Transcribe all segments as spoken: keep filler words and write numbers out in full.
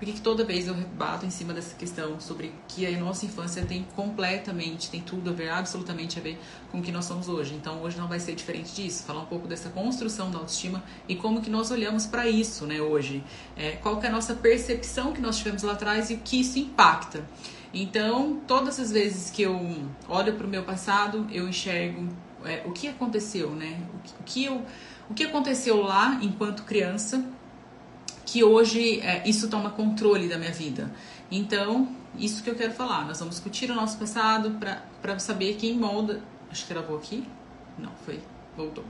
Por que toda vez eu bato em cima dessa questão sobre que a nossa infância tem completamente, tem tudo a ver, absolutamente a ver com o que nós somos hoje. Então hoje não vai ser diferente disso. Falar um pouco dessa construção da autoestima e como que nós olhamos para isso, né, hoje. É, qual que é a nossa percepção que nós tivemos lá atrás e o que isso impacta. Então, todas as vezes que eu olho para o meu passado, eu enxergo é, o que aconteceu, né? O que, o, que eu, o que aconteceu lá enquanto criança, que hoje é, isso toma controle da minha vida. Então, isso que eu quero falar. Nós vamos discutir o nosso passado para saber quem molda... Acho que travou aqui? Não, foi. Voltou.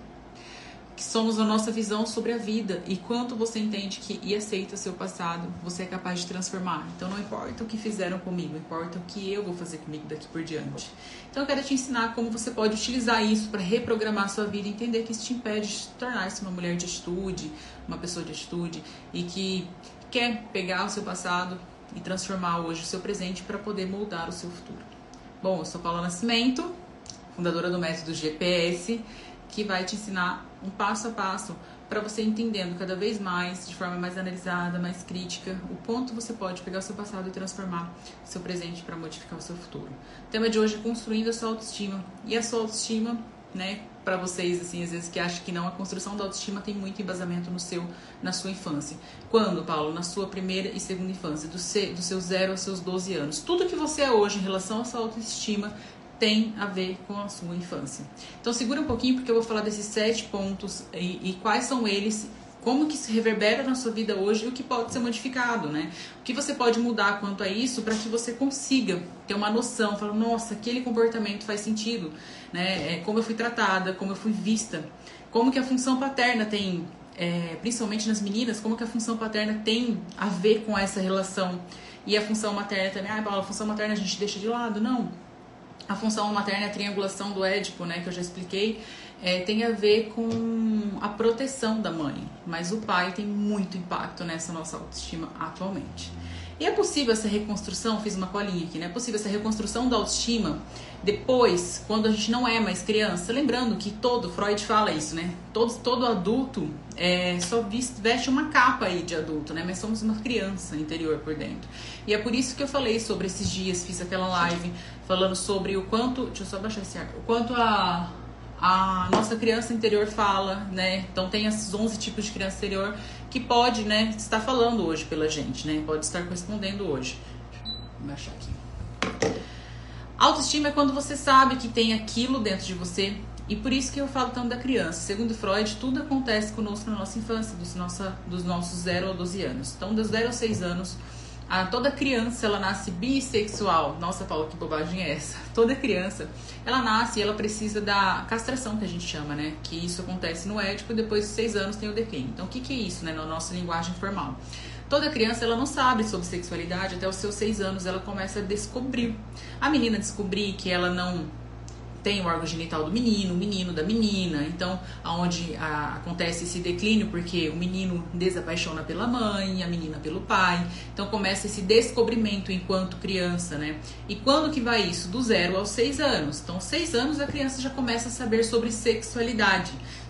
Que somos a nossa visão sobre a vida. E quanto você entende que e aceita seu passado, você é capaz de transformar. Então, não importa o que fizeram comigo, importa o que eu vou fazer comigo daqui por diante. Então, eu quero te ensinar como você pode utilizar isso para reprogramar a sua vida e entender que isso te impede de tornar-se uma mulher de atitude, uma pessoa de atitude e que quer pegar o seu passado e transformar hoje o seu presente para poder moldar o seu futuro. Bom, eu sou Paula Nascimento, fundadora do método G P S, que vai te ensinar um passo a passo para você entendendo cada vez mais, de forma mais analisada, mais crítica, o quanto você pode pegar o seu passado e transformar o seu presente para modificar o seu futuro. O tema de hoje é construindo a sua autoestima. E a sua autoestima, né, para vocês, assim, às vezes que acham que não, a construção da autoestima tem muito embasamento no seu, na sua infância. Quando, Paulo? Na sua primeira e segunda infância, do, seu, do seu zero aos seus doze anos. Tudo que você é hoje em relação à sua autoestima tem a ver com a sua infância. Então segura um pouquinho porque eu vou falar desses sete pontos e, e quais são eles, como que se reverbera na sua vida hoje e o que pode ser modificado, né? O que você pode mudar quanto a isso para que você consiga ter uma noção, falar, nossa, aquele comportamento faz sentido, né? É, como eu fui tratada, como eu fui vista, como que a função paterna tem, é, principalmente nas meninas, como que a função paterna tem a ver com essa relação e a função materna também. Ah, Paula, a função materna a gente deixa de lado, não. A função materna, a triangulação do Édipo, né, que eu já expliquei, é, tem a ver com a proteção da mãe. Mas o pai tem muito impacto nessa nossa autoestima atualmente. E é possível essa reconstrução, fiz uma colinha aqui, né? É possível essa reconstrução da autoestima depois, quando a gente não é mais criança. Lembrando que todo, Freud fala isso, né? Todo, todo adulto é, só veste uma capa aí de adulto, né? Mas somos uma criança interior por dentro. E é por isso que eu falei sobre esses dias, fiz aquela live falando sobre o quanto... Deixa eu só baixar esse ar. O quanto a... a nossa criança interior fala, né? Então tem esses onze tipos de criança interior que pode, né, estar falando hoje pela gente, né? Pode estar correspondendo hoje. Vou baixar aqui. Autoestima é quando você sabe que tem aquilo dentro de você e por isso que eu falo tanto da criança. Segundo Freud, tudo acontece conosco na nossa infância, dos, nossa, dos nossos zero a doze anos. Então, dos zero aos seis anos, a, toda criança, ela nasce bissexual. Nossa, Paula, que bobagem é essa? Toda criança, ela nasce e ela precisa da castração, que a gente chama, né? Que isso acontece no Édipo e depois dos seis anos tem o declínio. Então, o que, que é isso, né? Na nossa linguagem formal. Toda criança, ela não sabe sobre sexualidade, até os seus seis anos ela começa a descobrir. A menina descobrir que ela não tem o órgão genital do menino, o menino da menina, então aonde a, acontece esse declínio porque o menino desapaixona pela mãe, a menina pelo pai, então começa esse descobrimento enquanto criança, né? E quando que vai isso? Do zero aos seis anos. Então, seis anos a criança já começa a saber sobre sexualidade,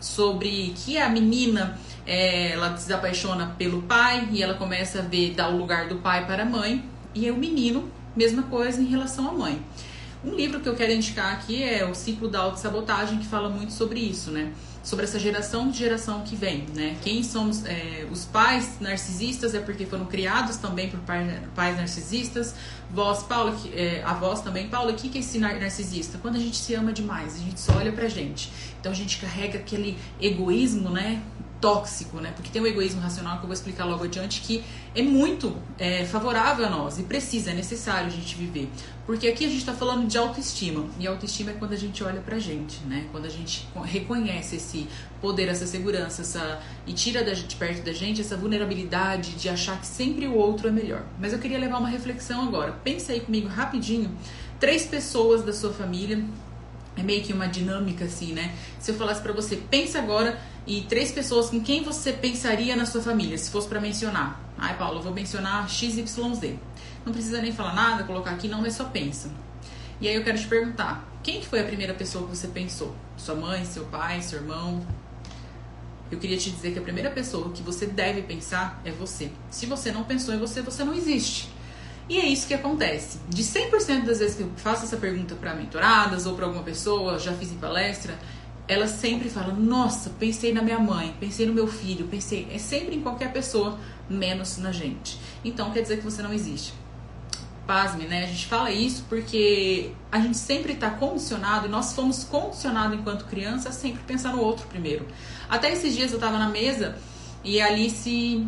sobre que a menina é, ela desapaixona pelo pai e ela começa a ver, dar o lugar do pai para a mãe, e o menino, mesma coisa em relação à mãe. Um livro que eu quero indicar aqui é O Ciclo da Autossabotagem, que fala muito sobre isso, né? Sobre essa geração de geração que vem, né? Quem somos é, os pais narcisistas é porque foram criados também por pais narcisistas. Vós, Paula, que, é, avós também. Paula, o que é esse narcisista? Quando a gente se ama demais, a gente só olha pra gente. Então a gente carrega aquele egoísmo, né? Tóxico, né? Porque tem o egoísmo racional que eu vou explicar logo adiante, que é muito é, favorável a nós e precisa, é necessário a gente viver. Porque aqui a gente tá falando de autoestima, e autoestima é quando a gente olha pra gente, né? Quando a gente reconhece esse poder, essa segurança, essa, e tira da, de perto da gente essa vulnerabilidade de achar que sempre o outro é melhor. Mas eu queria levar uma reflexão agora. Pensa aí comigo rapidinho, três pessoas da sua família, é meio que uma dinâmica assim, né? Se eu falasse pra você, pensa agora e três pessoas com quem você pensaria na sua família, se fosse pra mencionar. Ai, Paulo, eu vou mencionar X Y Z. Não precisa nem falar nada, colocar aqui não, mas só pensa. E aí eu quero te perguntar, quem que foi a primeira pessoa que você pensou? Sua mãe, seu pai, seu irmão? eu queria te dizer que a primeira pessoa que você deve pensar é você. Se você não pensou em você, você não existe. E é isso que acontece. De cem por cento das vezes que eu faço essa pergunta para mentoradas ou para alguma pessoa, já fiz em palestra, elas sempre falam, nossa, pensei na minha mãe, pensei no meu filho, pensei... É sempre em qualquer pessoa, menos na gente. Então quer dizer que você não existe. Pasme, né? A gente fala isso porque a gente sempre está condicionado, e nós fomos condicionados enquanto criança a sempre pensar no outro primeiro. Até esses dias eu estava na mesa e a Alice...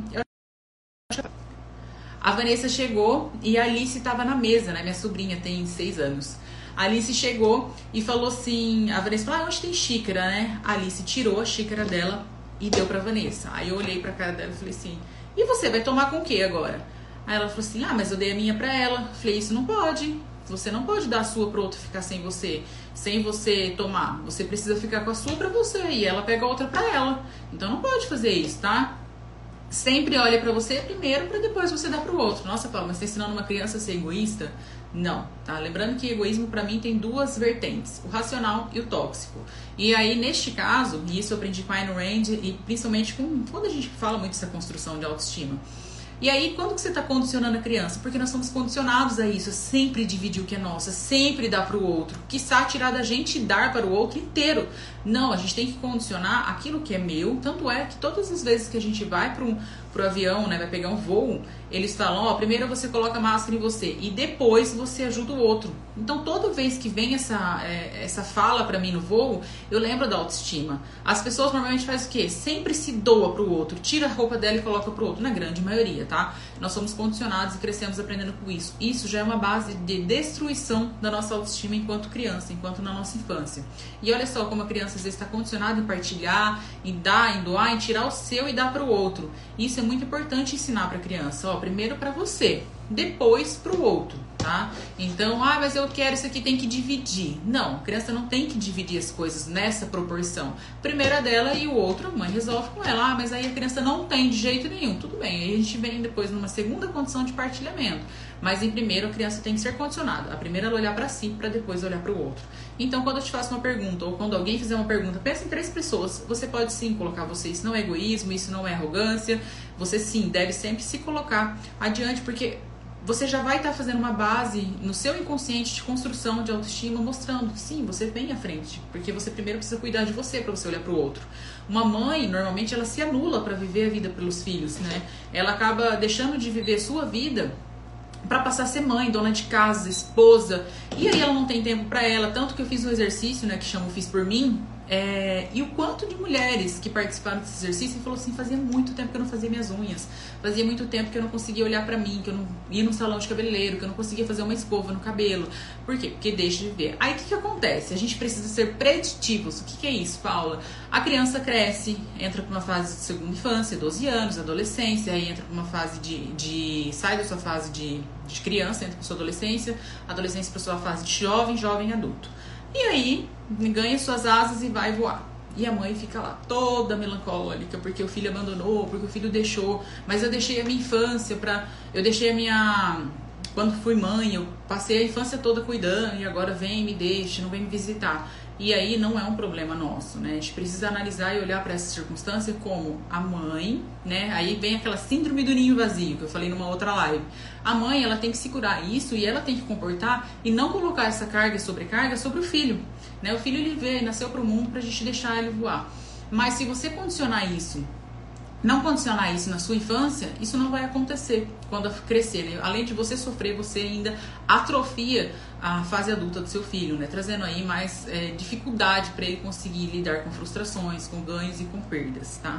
A Vanessa chegou e a Alice estava na mesa, né? Minha sobrinha tem seis anos. A Alice chegou e falou assim... A Vanessa falou, ah, onde tem xícara, né? A Alice tirou a xícara dela e deu pra Vanessa. Aí eu olhei pra cara dela e falei assim... E você vai tomar com o que agora? Aí ela falou assim, ah, mas eu dei a minha pra ela. Falei, isso não pode. Você não pode dar a sua pro outro ficar sem você. Sem você tomar. Você precisa ficar com a sua pra você. E ela pega a outra pra ela. Então não pode fazer isso, tá? Sempre olha pra você primeiro pra depois você dar pro outro. Nossa, Paula, mas você tá ensinando uma criança a ser egoísta? Não, tá? Lembrando que egoísmo pra mim tem duas vertentes. O racional e o tóxico. E aí, neste caso, e isso eu aprendi com a Ayn Rand e principalmente com, quando a gente fala muito dessa construção de autoestima. E aí, quando que você está condicionando a criança? Porque nós somos condicionados a isso, sempre dividir o que é nosso, sempre dar para o outro, quiçá tirar da gente e dar para o outro inteiro. Não, a gente tem que condicionar aquilo que é meu, tanto é que todas as vezes que a gente vai para um pro avião, né, vai pegar um voo, eles falam, ó, primeiro você coloca a máscara em você e depois você ajuda o outro. Então, toda vez que vem essa, é, essa fala pra mim no voo, eu lembro da autoestima. As pessoas normalmente fazem o quê? Sempre se doa pro outro, tira a roupa dela e coloca pro outro, na grande maioria, tá? Nós somos condicionados e crescemos aprendendo com isso. Isso já é uma base de destruição da nossa autoestima enquanto criança, enquanto na nossa infância. E olha só como a criança às vezes está condicionada em partilhar, em dar, em doar, em tirar o seu e dar pro outro. Isso é muito importante ensinar pra criança, ó, primeiro pra você, depois pro outro, tá? Então, ah, mas eu quero isso aqui, tem que dividir. Não, a criança não tem que dividir as coisas nessa proporção. Primeiro a dela e o outro a mãe resolve com ela. Ah, mas aí a criança não tem de jeito nenhum. Tudo bem, aí a gente vem depois numa segunda condição de partilhamento. Mas em primeiro a criança tem que ser condicionada. A primeira ela olhar pra si, pra depois olhar pro outro. Então, quando eu te faço uma pergunta, ou quando alguém fizer uma pergunta, pensa em três pessoas. Você pode sim colocar você, isso não é egoísmo, isso não é arrogância. Você sim deve sempre se colocar adiante, porque você já vai estar fazendo uma base no seu inconsciente de construção de autoestima, mostrando que sim, você vem à frente, porque você primeiro precisa cuidar de você para você olhar para o outro. Uma mãe, normalmente, ela se anula para viver a vida pelos filhos, né? Ela acaba deixando de viver a sua vida para passar a ser mãe, dona de casa, esposa, e aí ela não tem tempo para ela. Tanto que eu fiz um exercício, né, que chama Fiz Por Mim, é, e o quanto de mulheres que participaram desse exercício e falou assim, fazia muito tempo que eu não fazia minhas unhas, fazia muito tempo que eu não conseguia olhar pra mim, que eu não ia no salão de cabeleireiro, que eu não conseguia fazer uma escova no cabelo. Por quê? Porque deixa de viver. Aí o que que acontece? A gente precisa ser preditivos. O que que é isso, Paula? A criança cresce, entra pra uma fase de segunda infância, doze anos, adolescência, aí entra pra uma fase de, de sai da sua fase de, de criança, entra pra sua adolescência, adolescência pra sua fase de jovem, jovem adulto. E aí, ganha suas asas e vai voar. E a mãe fica lá, toda melancólica, porque o filho abandonou, porque o filho deixou. Mas eu deixei a minha infância pra... Eu deixei a minha... Quando fui mãe, eu passei a infância toda cuidando e agora vem e me deixa, não vem me visitar. E aí não é um problema nosso, né? A gente precisa analisar e olhar para essa circunstância como a mãe, né? Aí vem aquela síndrome do ninho vazio, que eu falei numa outra live. A mãe, ela tem que segurar isso e ela tem que comportar e não colocar essa carga e sobrecarga sobre o filho, né? O filho, ele veio, nasceu pro mundo pra gente deixar ele voar. Mas se você condicionar isso, não condicionar isso na sua infância, isso não vai acontecer quando crescer, né? Além de você sofrer, você ainda atrofia a fase adulta do seu filho, né? Trazendo aí mais é, dificuldade para ele conseguir lidar com frustrações, com ganhos e com perdas, tá?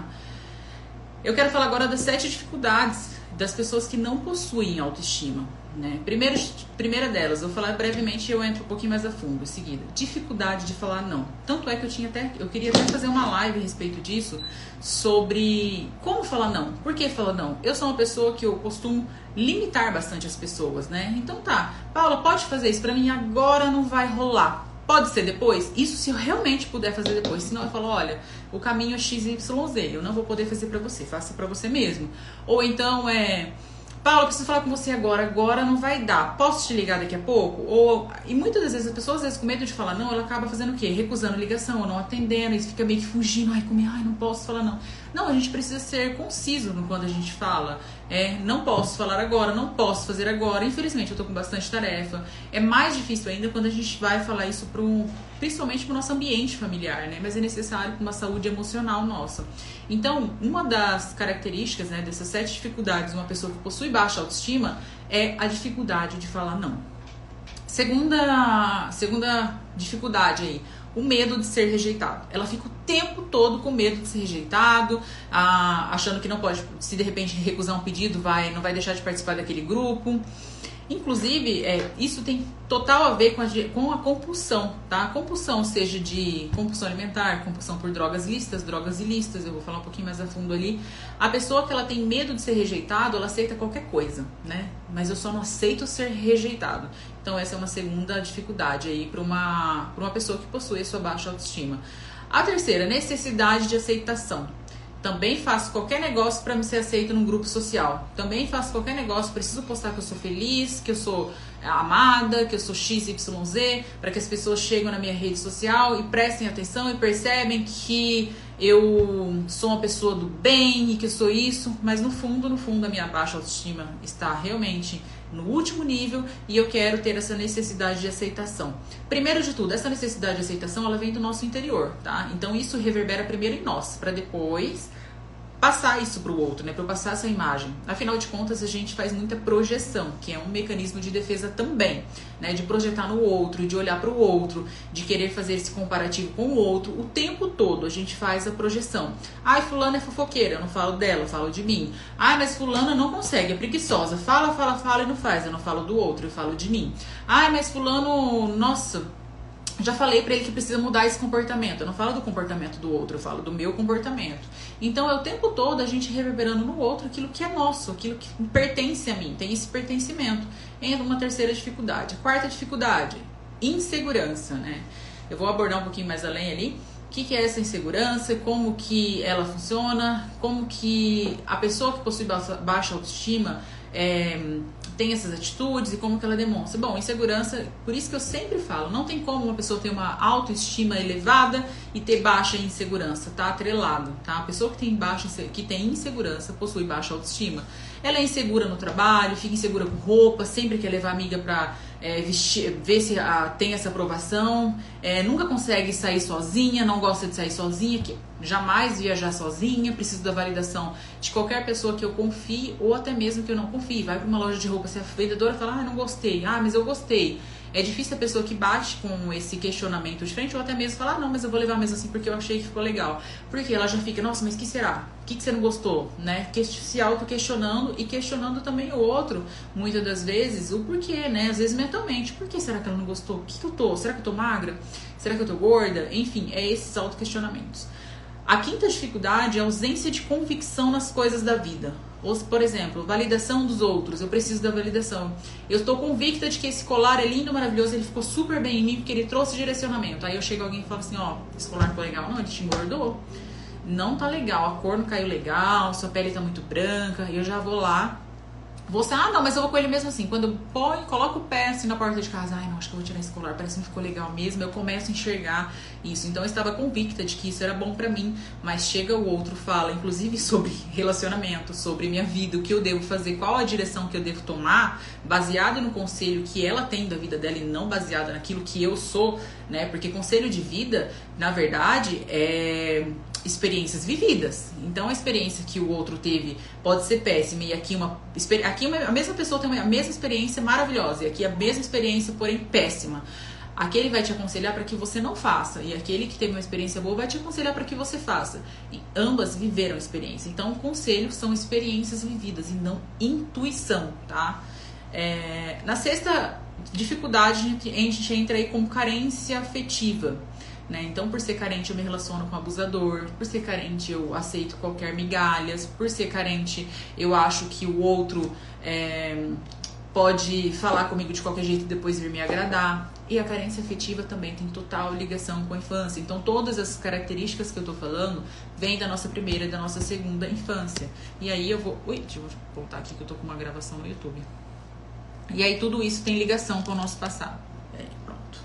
Eu quero falar agora das sete dificuldades das pessoas que não possuem autoestima, né? Primeiro, primeira delas, eu vou falar brevemente e eu entro um pouquinho mais a fundo em seguida. Dificuldade de falar não. Tanto é que eu tinha até, eu queria até fazer uma live a respeito disso, sobre como falar não. Por que falar não? Eu sou uma pessoa que eu costumo limitar bastante as pessoas, né? Então tá, Paula, pode fazer isso pra mim, agora não vai rolar. Pode ser depois? Isso se eu realmente puder fazer depois. Senão eu falo, olha, o caminho é X Y Z, eu não vou poder fazer pra você, faça pra você mesmo. Ou então é... Paula, eu preciso falar com você agora, agora não vai dar, posso te ligar daqui a pouco? Ou, e muitas das vezes, as pessoas, às vezes, com medo de falar não, ela acaba fazendo o quê? Recusando ligação, ou não atendendo, e fica meio que fugindo, ai, como, ai, não posso falar não. Não, a gente precisa ser conciso no quando a gente fala. É, não posso falar agora, não posso fazer agora. Infelizmente, eu tô com bastante tarefa. É mais difícil ainda quando a gente vai falar isso pro, principalmente pro nosso ambiente familiar, né? Mas é necessário para uma saúde emocional nossa. Então, uma das características, né, dessas sete dificuldades de uma pessoa que possui baixa autoestima é a dificuldade de falar não. Segunda, segunda dificuldade aí, o medo de ser rejeitado. Ela fica o tempo todo com medo de ser rejeitado, ah, achando que não pode, se de repente recusar um pedido, vai, não vai deixar de participar daquele grupo. Inclusive, é, isso tem total a ver com a, com a compulsão, tá? A compulsão, seja de compulsão alimentar, compulsão por drogas lícitas, drogas ilícitas, eu vou falar um pouquinho mais a fundo ali. A pessoa que ela tem medo de ser rejeitado, ela aceita qualquer coisa, né? Mas eu só não aceito ser rejeitado. Então essa é uma segunda dificuldade aí para uma, para uma pessoa que possui a sua baixa autoestima. A terceira, necessidade de aceitação. Também faço qualquer negócio para me ser aceito num grupo social. Também faço qualquer negócio, preciso postar que eu sou feliz, que eu sou amada, que eu sou X Y Z, para que as pessoas cheguem na minha rede social e prestem atenção e percebem que eu sou uma pessoa do bem e que eu sou isso, mas no fundo, no fundo, a minha baixa autoestima está realmente no último nível e eu quero ter essa necessidade de aceitação. Primeiro de tudo, essa necessidade de aceitação, ela vem do nosso interior, tá? Então isso reverbera primeiro em nós, para depois passar isso para o outro, né? Para eu passar essa imagem. Afinal de contas, a gente faz muita projeção, que é um mecanismo de defesa também, né? De projetar no outro, de olhar para o outro, de querer fazer esse comparativo com o outro. O tempo todo a gente faz a projeção. Ai, fulana é fofoqueira, eu não falo dela, eu falo de mim. Ai, mas fulana não consegue, é preguiçosa. Fala, fala, fala e não faz, eu não falo do outro, eu falo de mim. Ai, mas fulano, nossa... Já falei pra ele que precisa mudar esse comportamento. Eu não falo do comportamento do outro, eu falo do meu comportamento. Então é o tempo todo a gente reverberando no outro aquilo que é nosso, aquilo que pertence a mim, tem esse pertencimento. Entra uma terceira dificuldade. A quarta dificuldade, insegurança, né? Eu vou abordar um pouquinho mais além ali. O que, que é essa insegurança, como que ela funciona, como que a pessoa que possui baixa autoestima é, tem essas atitudes e como que ela demonstra. Bom, insegurança, por isso que eu sempre falo, não tem como uma pessoa ter uma autoestima elevada e ter baixa insegurança, tá atrelado, tá? A pessoa que tem, baixa, que tem insegurança possui baixa autoestima. Ela é insegura no trabalho, fica insegura com roupa, sempre quer levar a amiga pra é, vestir, ver se a, tem essa aprovação, é, nunca consegue sair sozinha, não gosta de sair sozinha, que jamais viajar sozinha, preciso da validação de qualquer pessoa que eu confie ou até mesmo que eu não confie. Vai pra uma loja de roupa, se a vendedora fala, ah, não gostei, ah, mas eu gostei. É difícil a pessoa que bate com esse questionamento de frente ou até mesmo falar, ah, não, mas eu vou levar mesmo assim porque eu achei que ficou legal. Porque ela já fica, nossa, mas que será? O que, que você não gostou? Né? Se auto-questionando e questionando também o outro, muitas das vezes, o porquê, né? Às vezes mentalmente, por que será que ela não gostou? O que, que eu tô? Será que eu tô magra? Será que eu tô gorda? Enfim, é esses auto-questionamentos. A quinta dificuldade é a ausência de convicção nas coisas da vida. Ou, por exemplo, validação dos outros. Eu preciso da validação. Eu estou convicta de que esse colar é lindo, maravilhoso. Ele ficou super bem em mim porque ele trouxe direcionamento. Aí eu chego alguém e falo assim, ó, esse colar ficou legal. Não, ele te engordou. Não tá legal. A cor não caiu legal. Sua pele tá muito branca. E eu já vou lá. Você, ah, não, mas eu vou com ele mesmo assim. Quando eu põe, coloco o pé assim na porta de casa, ai, não, acho que eu vou tirar esse colar, parece que não ficou legal mesmo. Eu começo a enxergar isso. Então eu estava convicta de que isso era bom pra mim, mas chega o outro, fala, inclusive sobre relacionamento, sobre minha vida, o que eu devo fazer, qual a direção que eu devo tomar, baseado no conselho que ela tem da vida dela e não baseado naquilo que eu sou, né? Porque conselho de vida, na verdade, é experiências vividas. Então a experiência que o outro teve pode ser péssima e aqui uma aqui uma, a mesma pessoa tem uma, a mesma experiência maravilhosa e aqui a mesma experiência, porém péssima. Aquele vai te aconselhar para que você não faça e aquele que teve uma experiência boa vai te aconselhar para que você faça. E ambas viveram a experiência. Então conselhos são experiências vividas e não intuição, tá? É, na sexta dificuldade a gente entra aí com carência afetiva. Né? Então, por ser carente, eu me relaciono com o abusador. Por ser carente, eu aceito qualquer migalhas. Por ser carente, eu acho que o outro é, pode falar comigo de qualquer jeito e depois vir me agradar. E a carência afetiva também tem total ligação com a infância. Então, todas as características que eu tô falando vêm da nossa primeira e da nossa segunda infância. E aí eu vou... Ui, deixa eu voltar aqui que eu tô com uma gravação no YouTube. E aí tudo isso tem ligação com o nosso passado. É, pronto.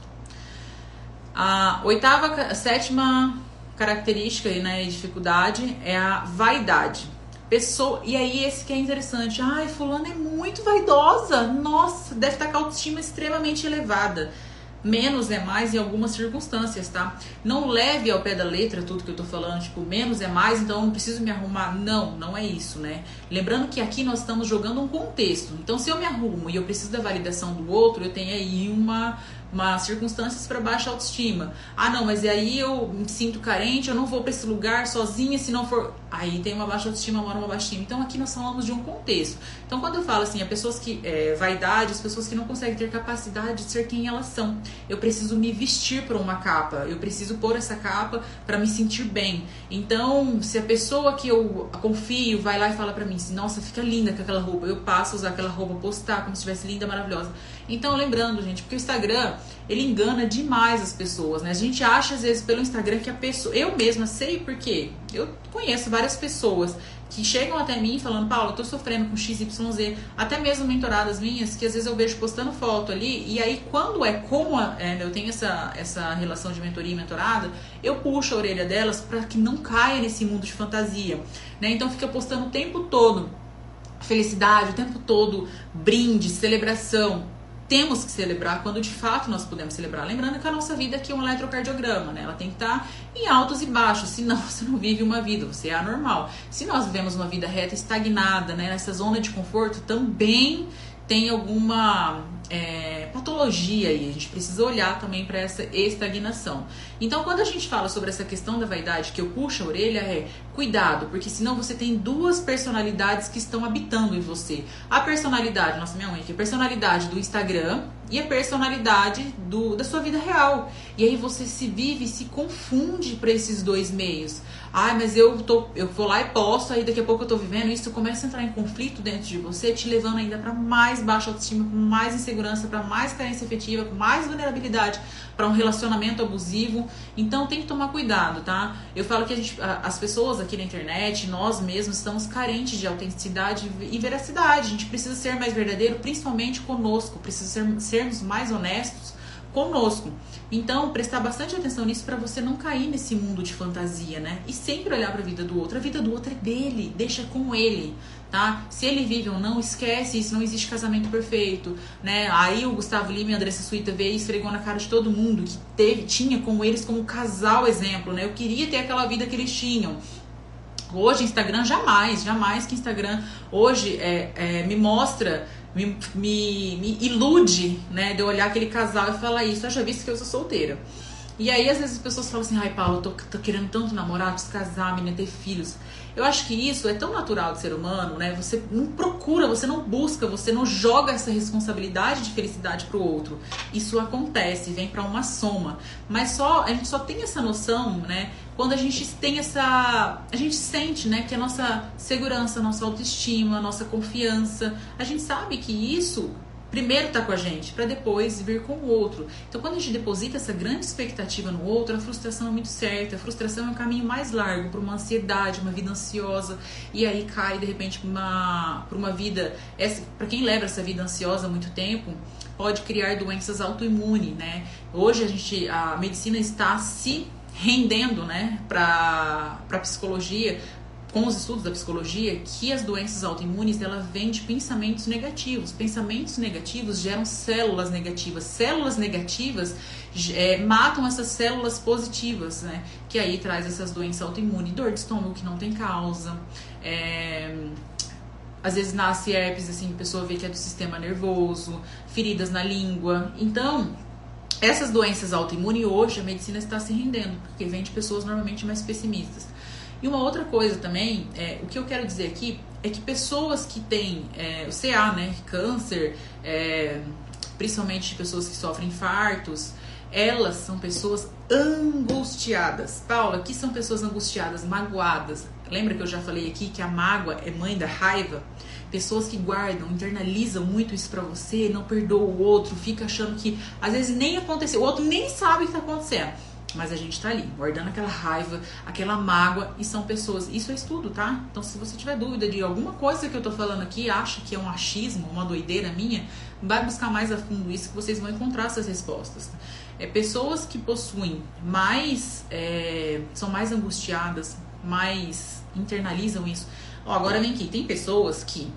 A oitava, a sétima característica, né, e dificuldade é a vaidade. Pessoa, e aí esse que é interessante. Ai, fulana é muito vaidosa. Nossa, deve estar com a autoestima extremamente elevada. Menos é mais em algumas circunstâncias, tá? Não leve ao pé da letra tudo que eu tô falando, tipo, menos é mais, então eu não preciso me arrumar. Não, não é isso, né? Lembrando que aqui nós estamos jogando um contexto. Então, se eu me arrumo e eu preciso da validação do outro, eu tenho aí uma... umas circunstâncias para baixa autoestima. Ah, não, mas aí eu me sinto carente, eu não vou para esse lugar sozinha se não for... Aí tem uma baixa autoestima, mora uma baixa autoestima. Então aqui nós falamos de um contexto. Então quando eu falo assim, as pessoas que... É, vaidade, as pessoas que não conseguem ter capacidade de ser quem elas são. Eu preciso me vestir por uma capa. Eu preciso pôr essa capa para me sentir bem. Então, se a pessoa que eu confio vai lá e fala para mim assim, nossa, fica linda com aquela roupa. Eu passo a usar aquela roupa, postar como se estivesse linda, maravilhosa. Então, lembrando, gente, porque o Instagram, ele engana demais as pessoas, né? A gente acha, às vezes, pelo Instagram que a pessoa... Eu mesma sei por quê. Eu conheço várias pessoas que chegam até mim falando, Paula, eu tô sofrendo com X Y Z, até mesmo mentoradas minhas, que às vezes eu vejo postando foto ali, e aí quando é como a, é, eu tenho essa, essa relação de mentoria e mentorada, eu puxo a orelha delas para que não caia nesse mundo de fantasia, né? Então fica postando o tempo todo felicidade, o tempo todo brinde, celebração. Temos que celebrar quando de fato nós podemos celebrar. Lembrando que a nossa vida aqui é um eletrocardiograma, né? Ela tem que estar em altos e baixos, senão você não vive uma vida, você é anormal. Se nós vivemos uma vida reta, estagnada, né? Nessa zona de conforto, também tem alguma é, patologia aí. A gente precisa olhar também para essa estagnação. Então, quando a gente fala sobre essa questão da vaidade, que eu puxo a orelha, é cuidado, porque senão você tem duas personalidades que estão habitando em você. A personalidade, nossa, minha mãe aqui, a personalidade do Instagram e a personalidade do, da sua vida real. E aí você se vive e se confunde para esses dois meios. Ai, mas eu, tô, eu vou lá e posto, aí daqui a pouco eu tô vivendo isso, começa a entrar em conflito dentro de você, te levando ainda para mais baixa autoestima, para mais insegurança, para mais carência afetiva, para mais vulnerabilidade, para um relacionamento abusivo. Então tem que tomar cuidado, tá? Eu falo que a gente, as pessoas aqui na internet, nós mesmos, estamos carentes de autenticidade e veracidade. A gente precisa ser mais verdadeiro, principalmente conosco, precisa ser, sermos mais honestos conosco. Então, prestar bastante atenção nisso para você não cair nesse mundo de fantasia, né? E sempre olhar para a vida do outro. A vida do outro é dele, deixa com ele, tá? Se ele vive ou não, esquece isso, não existe casamento perfeito, né? Aí o Gustavo Lima e a Andressa Suíta veio e esfregou na cara de todo mundo que teve, tinha com eles como casal exemplo, né? Eu queria ter aquela vida que eles tinham. Hoje, Instagram, jamais, jamais que Instagram hoje é, é, me mostra... Me, me, me ilude, né, de eu olhar aquele casal e falar isso. Eu já visto que eu sou solteira. E aí, às vezes, as pessoas falam assim, ai, Paulo, eu tô, tô querendo tanto namorar, preciso casar, menina, ter filhos. Eu acho que isso é tão natural do ser humano, né? Você não procura, você não busca, você não joga essa responsabilidade de felicidade pro outro. Isso acontece, vem pra uma soma. Mas só, a gente só tem essa noção, né? Quando a gente tem essa... A gente sente, né? Que a nossa segurança, a nossa autoestima, a nossa confiança... A gente sabe que isso... Primeiro tá com a gente, para depois vir com o outro. Então, quando a gente deposita essa grande expectativa no outro, a frustração é muito certa. A frustração é um caminho mais largo para uma ansiedade, uma vida ansiosa. E aí cai, de repente, para uma, pra uma vida... Para quem leva essa vida ansiosa há muito tempo, pode criar doenças autoimunes, né? Hoje, a, gente, a medicina está se rendendo, né, para a psicologia, com os estudos da psicologia, que as doenças autoimunes, ela vêm de pensamentos negativos. Pensamentos negativos geram células negativas. Células negativas é, matam essas células positivas, né? Que aí traz essas doenças autoimunes. Dor de estômago que não tem causa. É, às vezes nasce herpes, assim, a pessoa vê que é do sistema nervoso. Feridas na língua. Então... essas doenças autoimunes, hoje a medicina está se rendendo, porque vem de pessoas normalmente mais pessimistas. E uma outra coisa também, é, o que eu quero dizer aqui, é que pessoas que têm é, o C A, né, câncer, é, principalmente pessoas que sofrem infartos, elas são pessoas angustiadas. Paula, que são pessoas angustiadas, magoadas? Lembra que eu já falei aqui que a mágoa é mãe da raiva? Pessoas que guardam, internalizam muito isso pra você, não perdoa o outro, fica achando que às vezes nem aconteceu, o outro nem sabe o que tá acontecendo. Mas a gente tá ali, guardando aquela raiva, aquela mágoa, e são pessoas, isso é estudo, tá? Então se você tiver dúvida de alguma coisa que eu tô falando aqui, acha que é um achismo, uma doideira minha, vai buscar mais a fundo isso que vocês vão encontrar essas respostas. É, pessoas que possuem mais, é, são mais angustiadas, mais internalizam isso. Ó, agora vem aqui, tem pessoas que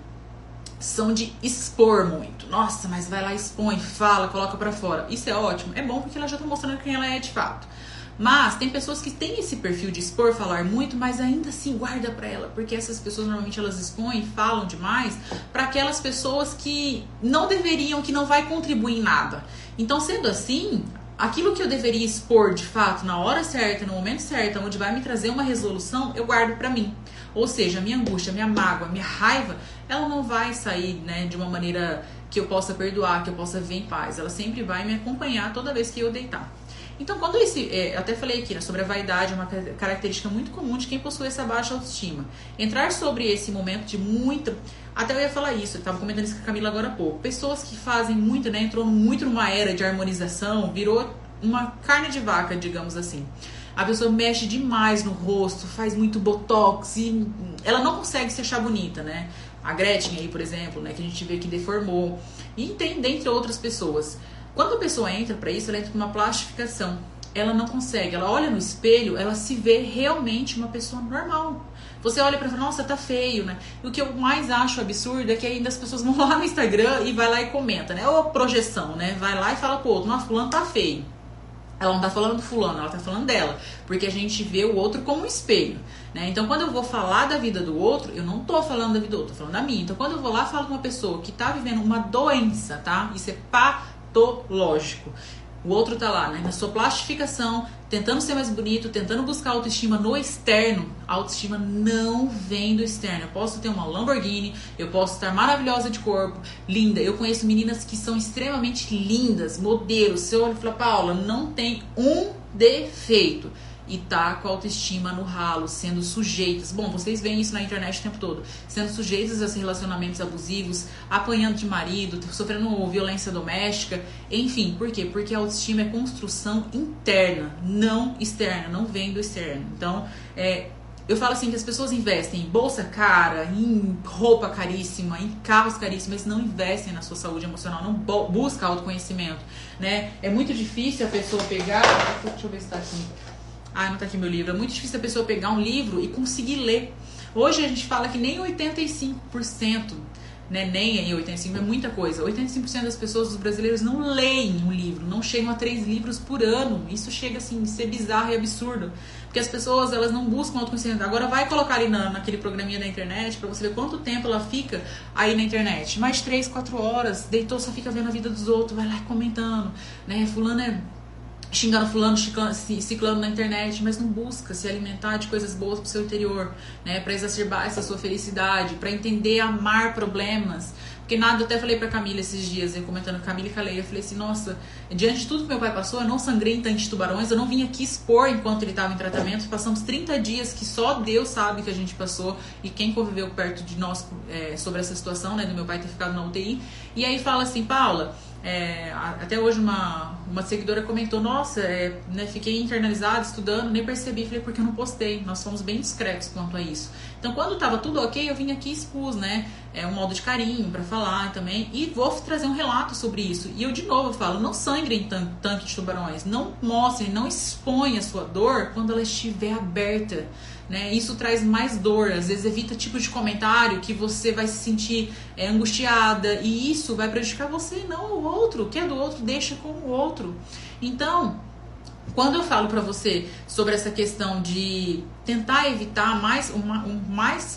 são de expor muito. Nossa, mas vai lá, expõe, fala, coloca pra fora. Isso é ótimo, é bom porque ela já tá mostrando quem ela é de fato. Mas tem pessoas que têm esse perfil de expor, falar muito, mas ainda assim guarda pra ela, porque essas pessoas normalmente elas expõem, falam demais para aquelas pessoas que não deveriam, que não vai contribuir em nada. Então, sendo assim, aquilo que eu deveria expor de fato na hora certa, no momento certo, onde vai me trazer uma resolução, eu guardo pra mim. Ou seja, a minha angústia, a minha mágoa, a minha raiva, ela não vai sair, né, de uma maneira que eu possa perdoar, que eu possa ver em paz. Ela sempre vai me acompanhar toda vez que eu deitar. Então, quando esse, é, até falei aqui, né, sobre a vaidade, é uma característica muito comum de quem possui essa baixa autoestima. Entrar sobre esse momento de muita... Até eu ia falar isso, eu estava comentando isso com a Camila agora há pouco. Pessoas que fazem muito, né, entrou muito numa era de harmonização, virou uma carne de vaca, digamos assim. A pessoa mexe demais no rosto, faz muito botox e ela não consegue se achar bonita, né? A Gretchen aí, por exemplo, né, que a gente vê que deformou. E tem, dentre outras pessoas. Quando a pessoa entra pra isso, ela entra numa plastificação. Ela não consegue, ela olha no espelho, ela se vê realmente uma pessoa normal. Você olha pra falar, nossa, tá feio, né? E o que eu mais acho absurdo é que ainda as pessoas vão lá no Instagram e vai lá e comenta, né? Ou projeção, né? Vai lá e fala pro outro, nossa, fulano tá feio. Ela não tá falando do fulano, ela tá falando dela. Porque a gente vê o outro como um espelho, né? Então, quando eu vou falar da vida do outro, eu não tô falando da vida do outro, tô falando da minha. Então, quando eu vou lá, falo com uma pessoa que tá vivendo uma doença, tá? Isso é patológico. O outro tá lá, né, na sua plastificação, tentando ser mais bonito, tentando buscar autoestima no externo. A autoestima não vem do externo. Eu posso ter uma Lamborghini, eu posso estar maravilhosa de corpo, linda. Eu conheço meninas que são extremamente lindas, modelos. Você olha e fala, Paula, não tem um defeito. E tá com a autoestima no ralo, sendo sujeitas. Bom, vocês veem isso na internet o tempo todo. Sendo sujeitas a relacionamentos abusivos, apanhando de marido, sofrendo violência doméstica. Enfim, por quê? Porque a autoestima é construção interna, não externa, não vem do externo. Então, é, eu falo assim que as pessoas investem em bolsa cara, em roupa caríssima, em carros caríssimos, mas não investem na sua saúde emocional, não buscam autoconhecimento, né? É muito difícil a pessoa pegar... Deixa eu ver se tá aqui. Ah, não tá aqui meu livro. É muito difícil a pessoa pegar um livro e conseguir ler. Hoje a gente fala que nem oitenta e cinco por cento, né? Nem aí oitenta e cinco por cento é muita coisa. oitenta e cinco por cento das pessoas, dos brasileiros, não leem um livro, não chegam a três livros por ano. Isso chega assim a ser bizarro e absurdo. Porque as pessoas, elas não buscam autoconhecimento. Agora vai colocar ali na, naquele programinha da internet pra você ver quanto tempo ela fica aí na internet. Mais três, quatro horas. Deitou, só fica vendo a vida dos outros, vai lá comentando, né? Fulano é... xingando fulano, ciclando na internet, mas não busca se alimentar de coisas boas pro seu interior, né? Pra exacerbar essa sua felicidade, pra entender, amar problemas. Porque nada, eu até falei pra Camila esses dias, eu comentando com Camila e Caleia, eu falei assim, nossa, diante de tudo que meu pai passou, eu não sangrei em tanque de tubarões, eu não vim aqui expor enquanto ele estava em tratamento, passamos trinta dias que só Deus sabe que a gente passou, e quem conviveu perto de nós é, sobre essa situação, né, do meu pai ter ficado na U T I, e aí fala assim, Paula, é, até hoje uma, uma seguidora comentou, nossa, é, né, fiquei internalizada, estudando, nem percebi, falei, porque eu não postei, nós fomos bem discretos quanto a isso. Então, quando tava tudo ok, eu vim aqui e expus, né, é, um modo de carinho pra falar também, e vou trazer um relato sobre isso. E eu, de novo, falo, não sangrem em tan- tanque de tubarões, não mostrem, não exponham a sua dor quando ela estiver aberta, né? Isso traz mais dor, às vezes evita tipos de comentário que você vai se sentir é, angustiada, e isso vai prejudicar você, não o outro. O que é do outro, deixa com o outro. Então, quando eu falo pra você sobre essa questão de tentar evitar mais, uma, um mais,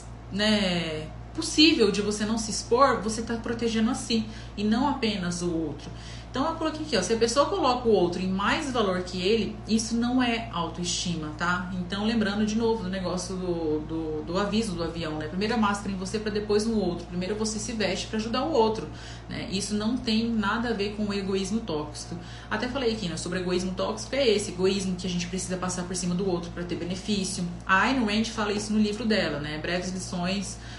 né, possível de você não se expor, você tá protegendo a si e não apenas o outro. Então eu coloquei aqui, ó, se a pessoa coloca o outro em mais valor que ele, isso não é autoestima, tá? Então lembrando de novo do negócio do, do, do aviso do avião, né? Primeiro a máscara em você para depois no outro. Primeiro você se veste para ajudar o outro, né? Isso não tem nada a ver com o egoísmo tóxico. Até falei aqui, né, sobre egoísmo tóxico, é esse egoísmo que a gente precisa passar por cima do outro para ter benefício. A Ayn Rand fala isso no livro dela, né? Breves lições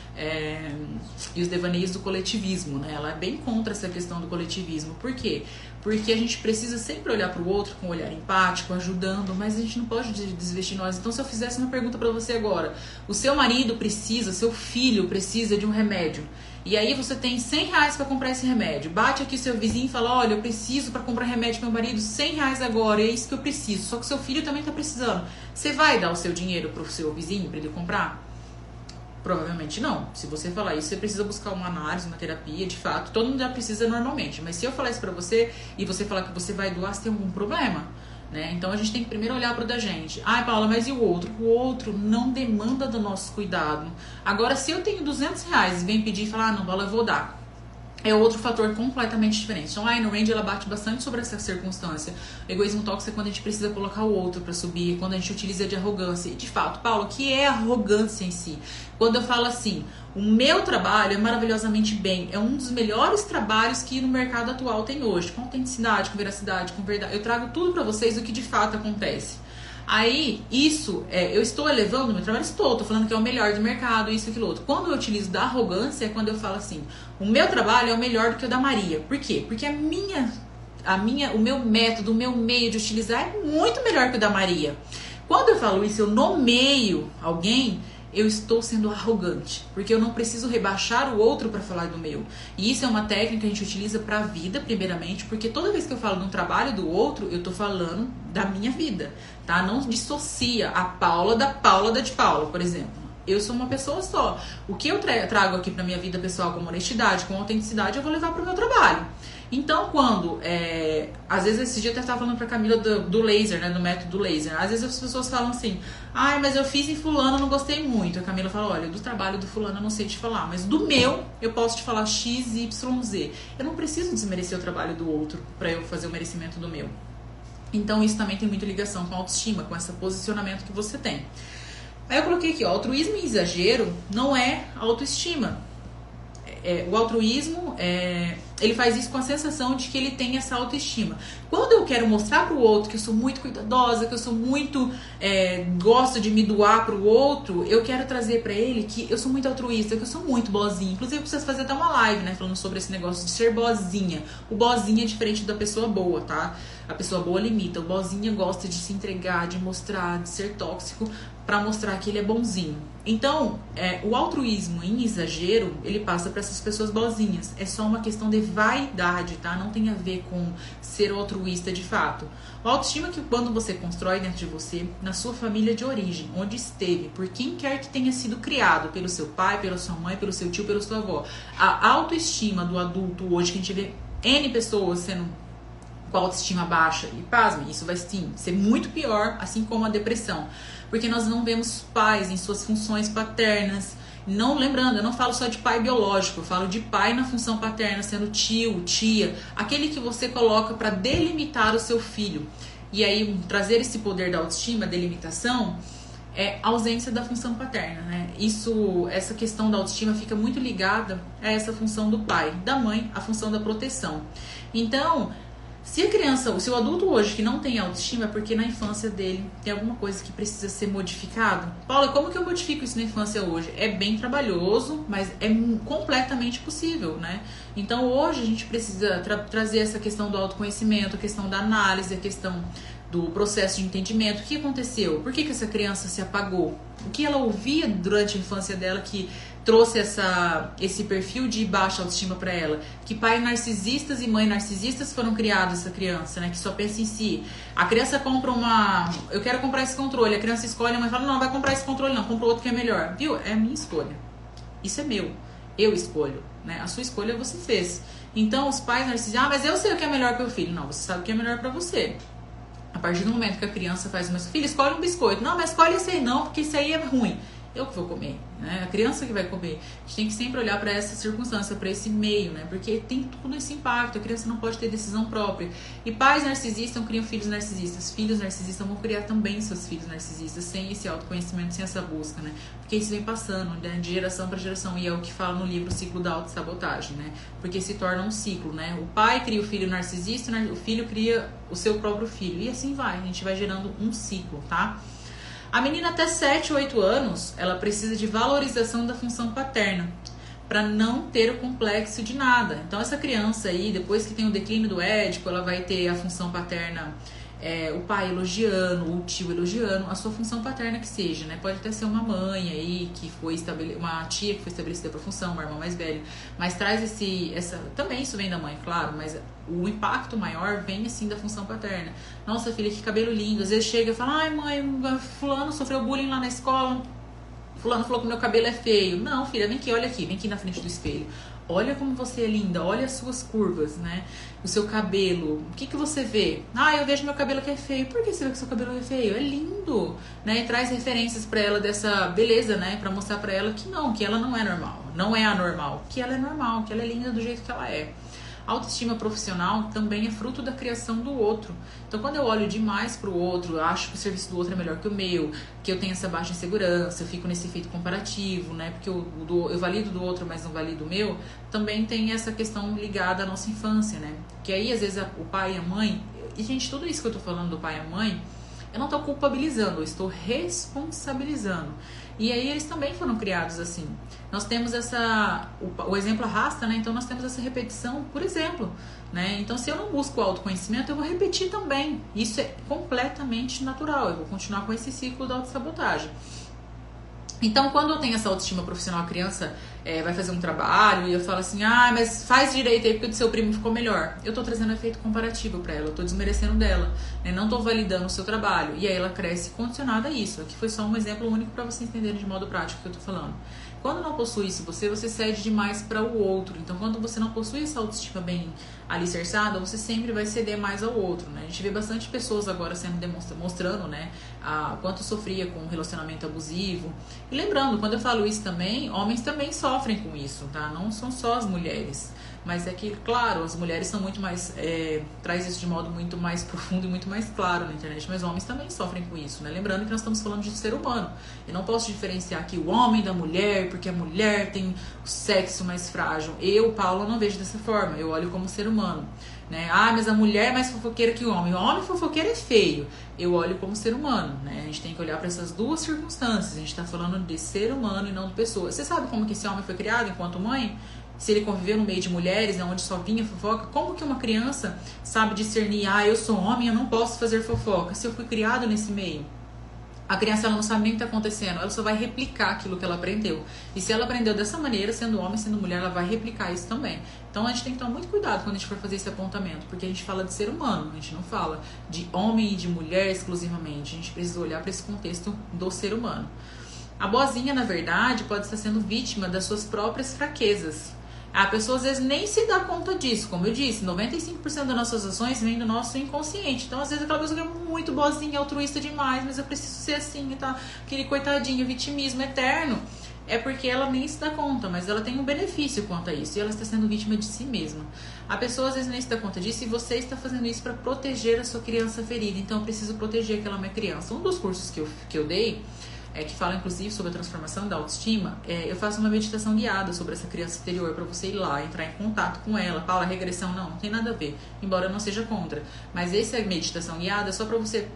é, e os devaneios do coletivismo, né? Ela é bem contra essa questão do coletivismo. Por quê? Porque a gente precisa sempre olhar para o outro com um olhar empático, ajudando, mas a gente não pode desvestir nós. Então, se eu fizesse uma pergunta para você agora, o seu marido precisa, seu filho precisa de um remédio, e aí você tem cem reais para comprar esse remédio, bate aqui seu vizinho e fala, olha, eu preciso para comprar remédio pro meu marido, cem reais agora, é isso que eu preciso, só que seu filho também tá precisando. Você vai dar o seu dinheiro pro seu vizinho para ele comprar? Provavelmente não. Se você falar isso, você precisa buscar uma análise, uma terapia, de fato. Todo mundo já precisa normalmente. Mas se eu falar isso pra você e você falar que você vai doar, você tem algum problema, né? Então a gente tem que primeiro olhar pro da gente. Ai, Paula, mas e o outro? O outro não demanda do nosso cuidado. Agora, se eu tenho duzentos reais e vem pedir e falar, ah, não, Paula, eu vou dar, é outro fator completamente diferente. Então, a Ayn Rand, ela bate bastante sobre essa circunstância. O egoísmo tóxico é quando a gente precisa colocar o outro para subir, quando a gente utiliza de arrogância. E, de fato, Paulo, o que é arrogância em si? Quando eu falo assim, o meu trabalho é maravilhosamente bem, é um dos melhores trabalhos que no mercado atual tem hoje, com autenticidade, com veracidade, com verdade. Eu trago tudo para vocês o que de fato acontece. Aí, isso, é, eu estou elevando o meu trabalho? Estou, estou falando que é o melhor do mercado, isso, aquilo, outro. Quando eu utilizo da arrogância, é quando eu falo assim, o meu trabalho é o melhor do que o da Maria. Por quê? Porque a minha, a minha, o meu método, o meu meio de utilizar é muito melhor que o da Maria. Quando eu falo isso, eu nomeio alguém, eu estou sendo arrogante, porque eu não preciso rebaixar o outro para falar do meu. E isso é uma técnica que a gente utiliza para a vida, primeiramente, porque toda vez que eu falo de um trabalho do outro, eu estou falando da minha vida, tá? Não dissocia a Paula da Paula da de Paula, por exemplo. Eu sou uma pessoa só. O que eu tra- trago aqui para minha vida pessoal com honestidade, com autenticidade, eu vou levar para o meu trabalho. Então, quando, é, às vezes esse dia eu até estava falando pra Camila do, do laser, né, do método laser, às vezes as pessoas falam assim, ai, mas eu fiz em fulano, não gostei muito. A Camila fala, olha, do trabalho do fulano eu não sei te falar, mas do meu eu posso te falar X, Y, Z. Eu não preciso desmerecer o trabalho do outro para eu fazer o merecimento do meu. Então isso também tem muita ligação com a autoestima, com esse posicionamento que você tem. Aí eu coloquei aqui, ó, altruísmo em exagero não é autoestima. É, o altruísmo, é, ele faz isso com a sensação de que ele tem essa autoestima. Quando eu quero mostrar para o outro que eu sou muito cuidadosa, que eu sou muito, é, gosto de me doar para o outro, eu quero trazer para ele que eu sou muito altruísta, que eu sou muito boazinha. Inclusive eu preciso fazer até uma live, né, falando sobre esse negócio de ser boazinha. O boazinha é diferente da pessoa boa, tá? A pessoa boa limita, o boazinha gosta de se entregar, de mostrar, de ser tóxico para mostrar que ele é bonzinho. Então, é, o altruísmo em exagero, ele passa para essas pessoas boazinhas. É só uma questão de vaidade, tá? Não tem a ver com ser altruísta de fato. O autoestima é que quando você constrói dentro de você, na sua família de origem, onde esteve, por quem quer que tenha sido criado, pelo seu pai, pela sua mãe, pelo seu tio, pela sua avó. A autoestima do adulto hoje, que a gente vê N pessoas sendo com a autoestima baixa, e pasme, isso vai sim ser muito pior, assim como a depressão, porque nós não vemos pais em suas funções paternas. Não, lembrando, eu não falo só de pai biológico, eu falo de pai na função paterna, sendo tio, tia, aquele que você coloca para delimitar o seu filho. E aí trazer esse poder da autoestima, delimitação, é ausência da função paterna, né? Isso, essa questão da autoestima fica muito ligada a essa função do pai, da mãe, a função da proteção. Então, se a criança, se o adulto hoje que não tem autoestima, é porque na infância dele tem alguma coisa que precisa ser modificado. Paula, como que eu modifico isso na infância hoje? É bem trabalhoso, mas é completamente possível, né? Então hoje a gente precisa tra- trazer essa questão do autoconhecimento, a questão da análise, a questão do processo de entendimento. O que aconteceu? Por que que essa criança se apagou? O que ela ouvia durante a infância dela que trouxe essa, esse perfil de baixa autoestima para ela? Que pais narcisistas e mães narcisistas foram criados essa criança, né? Que só pensa em si. A criança compra uma... Eu quero comprar esse controle. A criança escolhe, a mãe fala, não, vai comprar esse controle não, compra outro que é melhor. Viu? É a minha escolha. Isso é meu. Eu escolho, né? A sua escolha você fez. Então, os pais narcisistas... Ah, mas eu sei o que é melhor para o filho. Não, você sabe o que é melhor para você. A partir do momento que a criança faz uma... Filho, escolhe um biscoito. Não, mas escolhe esse aí não, porque esse aí é ruim. Eu que vou comer, né? A criança que vai comer. A gente tem que sempre olhar para essa circunstância, para esse meio, né? Porque tem tudo esse impacto. A criança não pode ter decisão própria. E pais narcisistas criam filhos narcisistas. Filhos narcisistas vão criar também seus filhos narcisistas sem esse autoconhecimento, sem essa busca, né? Porque isso vem passando, né? De geração para geração. E é o que fala no livro O Ciclo da Autossabotagem, né? Porque se torna um ciclo, né? O pai cria o filho narcisista, o filho cria o seu próprio filho. E assim vai. A gente vai gerando um ciclo, tá? A menina até sete, oito anos, ela precisa de valorização da função paterna, para não ter o complexo de nada. Então essa criança aí, depois que tem o declínio do édipo, ela vai ter a função paterna, é, o pai elogiando, o tio elogiando, a sua função paterna que seja, né? Pode até ser uma mãe aí, que foi estabelecida, uma tia que foi estabelecida para função, uma irmã mais velha, mas traz esse, essa, também isso vem da mãe, claro, mas o impacto maior vem assim da função paterna. Nossa filha, que cabelo lindo. Às vezes chega e fala, ai mãe, fulano sofreu bullying lá na escola, fulano falou que meu cabelo é feio. Não, filha, vem aqui, olha aqui, vem aqui na frente do espelho. Olha como você é linda, olha as suas curvas, né? O seu cabelo, o que que você vê? Ah, eu vejo meu cabelo que é feio. Por que você vê que seu cabelo é feio? É lindo, né? E traz referências pra ela dessa beleza, né? Pra mostrar pra ela que não, que ela não é normal, não é anormal, que ela é normal, que ela é linda do jeito que ela é. A autoestima profissional também é fruto da criação do outro. Então, quando eu olho demais para o outro, acho que o serviço do outro é melhor que o meu, que eu tenho essa baixa insegurança, eu fico nesse efeito comparativo, né? Porque eu, do, eu valido do outro, mas não valido o meu, também tem essa questão ligada à nossa infância, né? Que aí, às vezes, a, o pai e a mãe... E, gente, tudo isso que eu tô falando do pai e a mãe, eu não estou culpabilizando, eu estou responsabilizando. E aí eles também foram criados assim. Nós temos essa... O, o exemplo arrasta, né? Então nós temos essa repetição, por exemplo, né? Então se eu não busco o autoconhecimento, eu vou repetir também. Isso é completamente natural. Eu vou continuar com esse ciclo da autossabotagem. Então, quando eu tenho essa autoestima profissional, a criança é, vai fazer um trabalho e eu falo assim, ah, mas faz direito aí porque o do seu primo ficou melhor. Eu tô trazendo um efeito comparativo pra ela, eu tô desmerecendo dela, né? Não tô validando o seu trabalho. E aí ela cresce condicionada a isso. Aqui foi só um exemplo único pra vocês entenderem de modo prático o que eu tô falando. Quando não possui isso você, você cede demais para o outro. Então, quando você não possui essa autoestima bem alicerçada, você sempre vai ceder mais ao outro, né? A gente vê bastante pessoas agora sendo demonstra- mostrando, né, a quanto sofria com um relacionamento abusivo. E lembrando, quando eu falo isso também, homens também sofrem com isso, tá? Não são só as mulheres. Mas é que, claro, as mulheres são muito mais... É, traz isso de modo muito mais profundo e muito mais claro na internet. Mas homens também sofrem com isso, né? Lembrando que nós estamos falando de ser humano. Eu não posso diferenciar aqui o homem da mulher, porque a mulher tem o sexo mais frágil. Eu, Paula, não vejo dessa forma. Eu olho como ser humano, né? Ah, mas a mulher é mais fofoqueira que o homem. O homem fofoqueiro é feio. Eu olho como ser humano, né? A gente tem que olhar para essas duas circunstâncias. A gente está falando de ser humano e não de pessoa. Você sabe como que esse homem foi criado enquanto mãe? Se ele conviveu no meio de mulheres, onde só vinha fofoca, como que uma criança sabe discernir, ah, eu sou homem, eu não posso fazer fofoca, se eu fui criado nesse meio? A criança, ela não sabe nem o que está acontecendo, ela só vai replicar aquilo que ela aprendeu. E se ela aprendeu dessa maneira, sendo homem, sendo mulher, ela vai replicar isso também. Então a gente tem que tomar muito cuidado quando a gente for fazer esse apontamento, porque a gente fala de ser humano, a gente não fala de homem e de mulher exclusivamente, a gente precisa olhar para esse contexto do ser humano. A boazinha, na verdade, pode estar sendo vítima das suas próprias fraquezas. A pessoa às vezes nem se dá conta disso. Como eu disse, noventa e cinco por cento das nossas ações vêm do nosso inconsciente. Então às vezes aquela pessoa que é muito boazinha, altruísta demais, mas eu preciso ser assim e tá, aquele coitadinho, vitimismo eterno, é porque ela nem se dá conta, mas ela tem um benefício quanto a isso, e ela está sendo vítima de si mesma. A pessoa às vezes nem se dá conta disso, e você está fazendo isso para proteger a sua criança ferida. Então eu preciso proteger aquela minha criança. Um dos cursos que eu, que eu dei, É, que fala inclusive sobre a transformação da autoestima, é, eu faço uma meditação guiada sobre essa criança interior para você ir lá, entrar em contato com ela. Paula, regressão não, não tem nada a ver, embora eu não seja contra, mas essa meditação guiada é só para você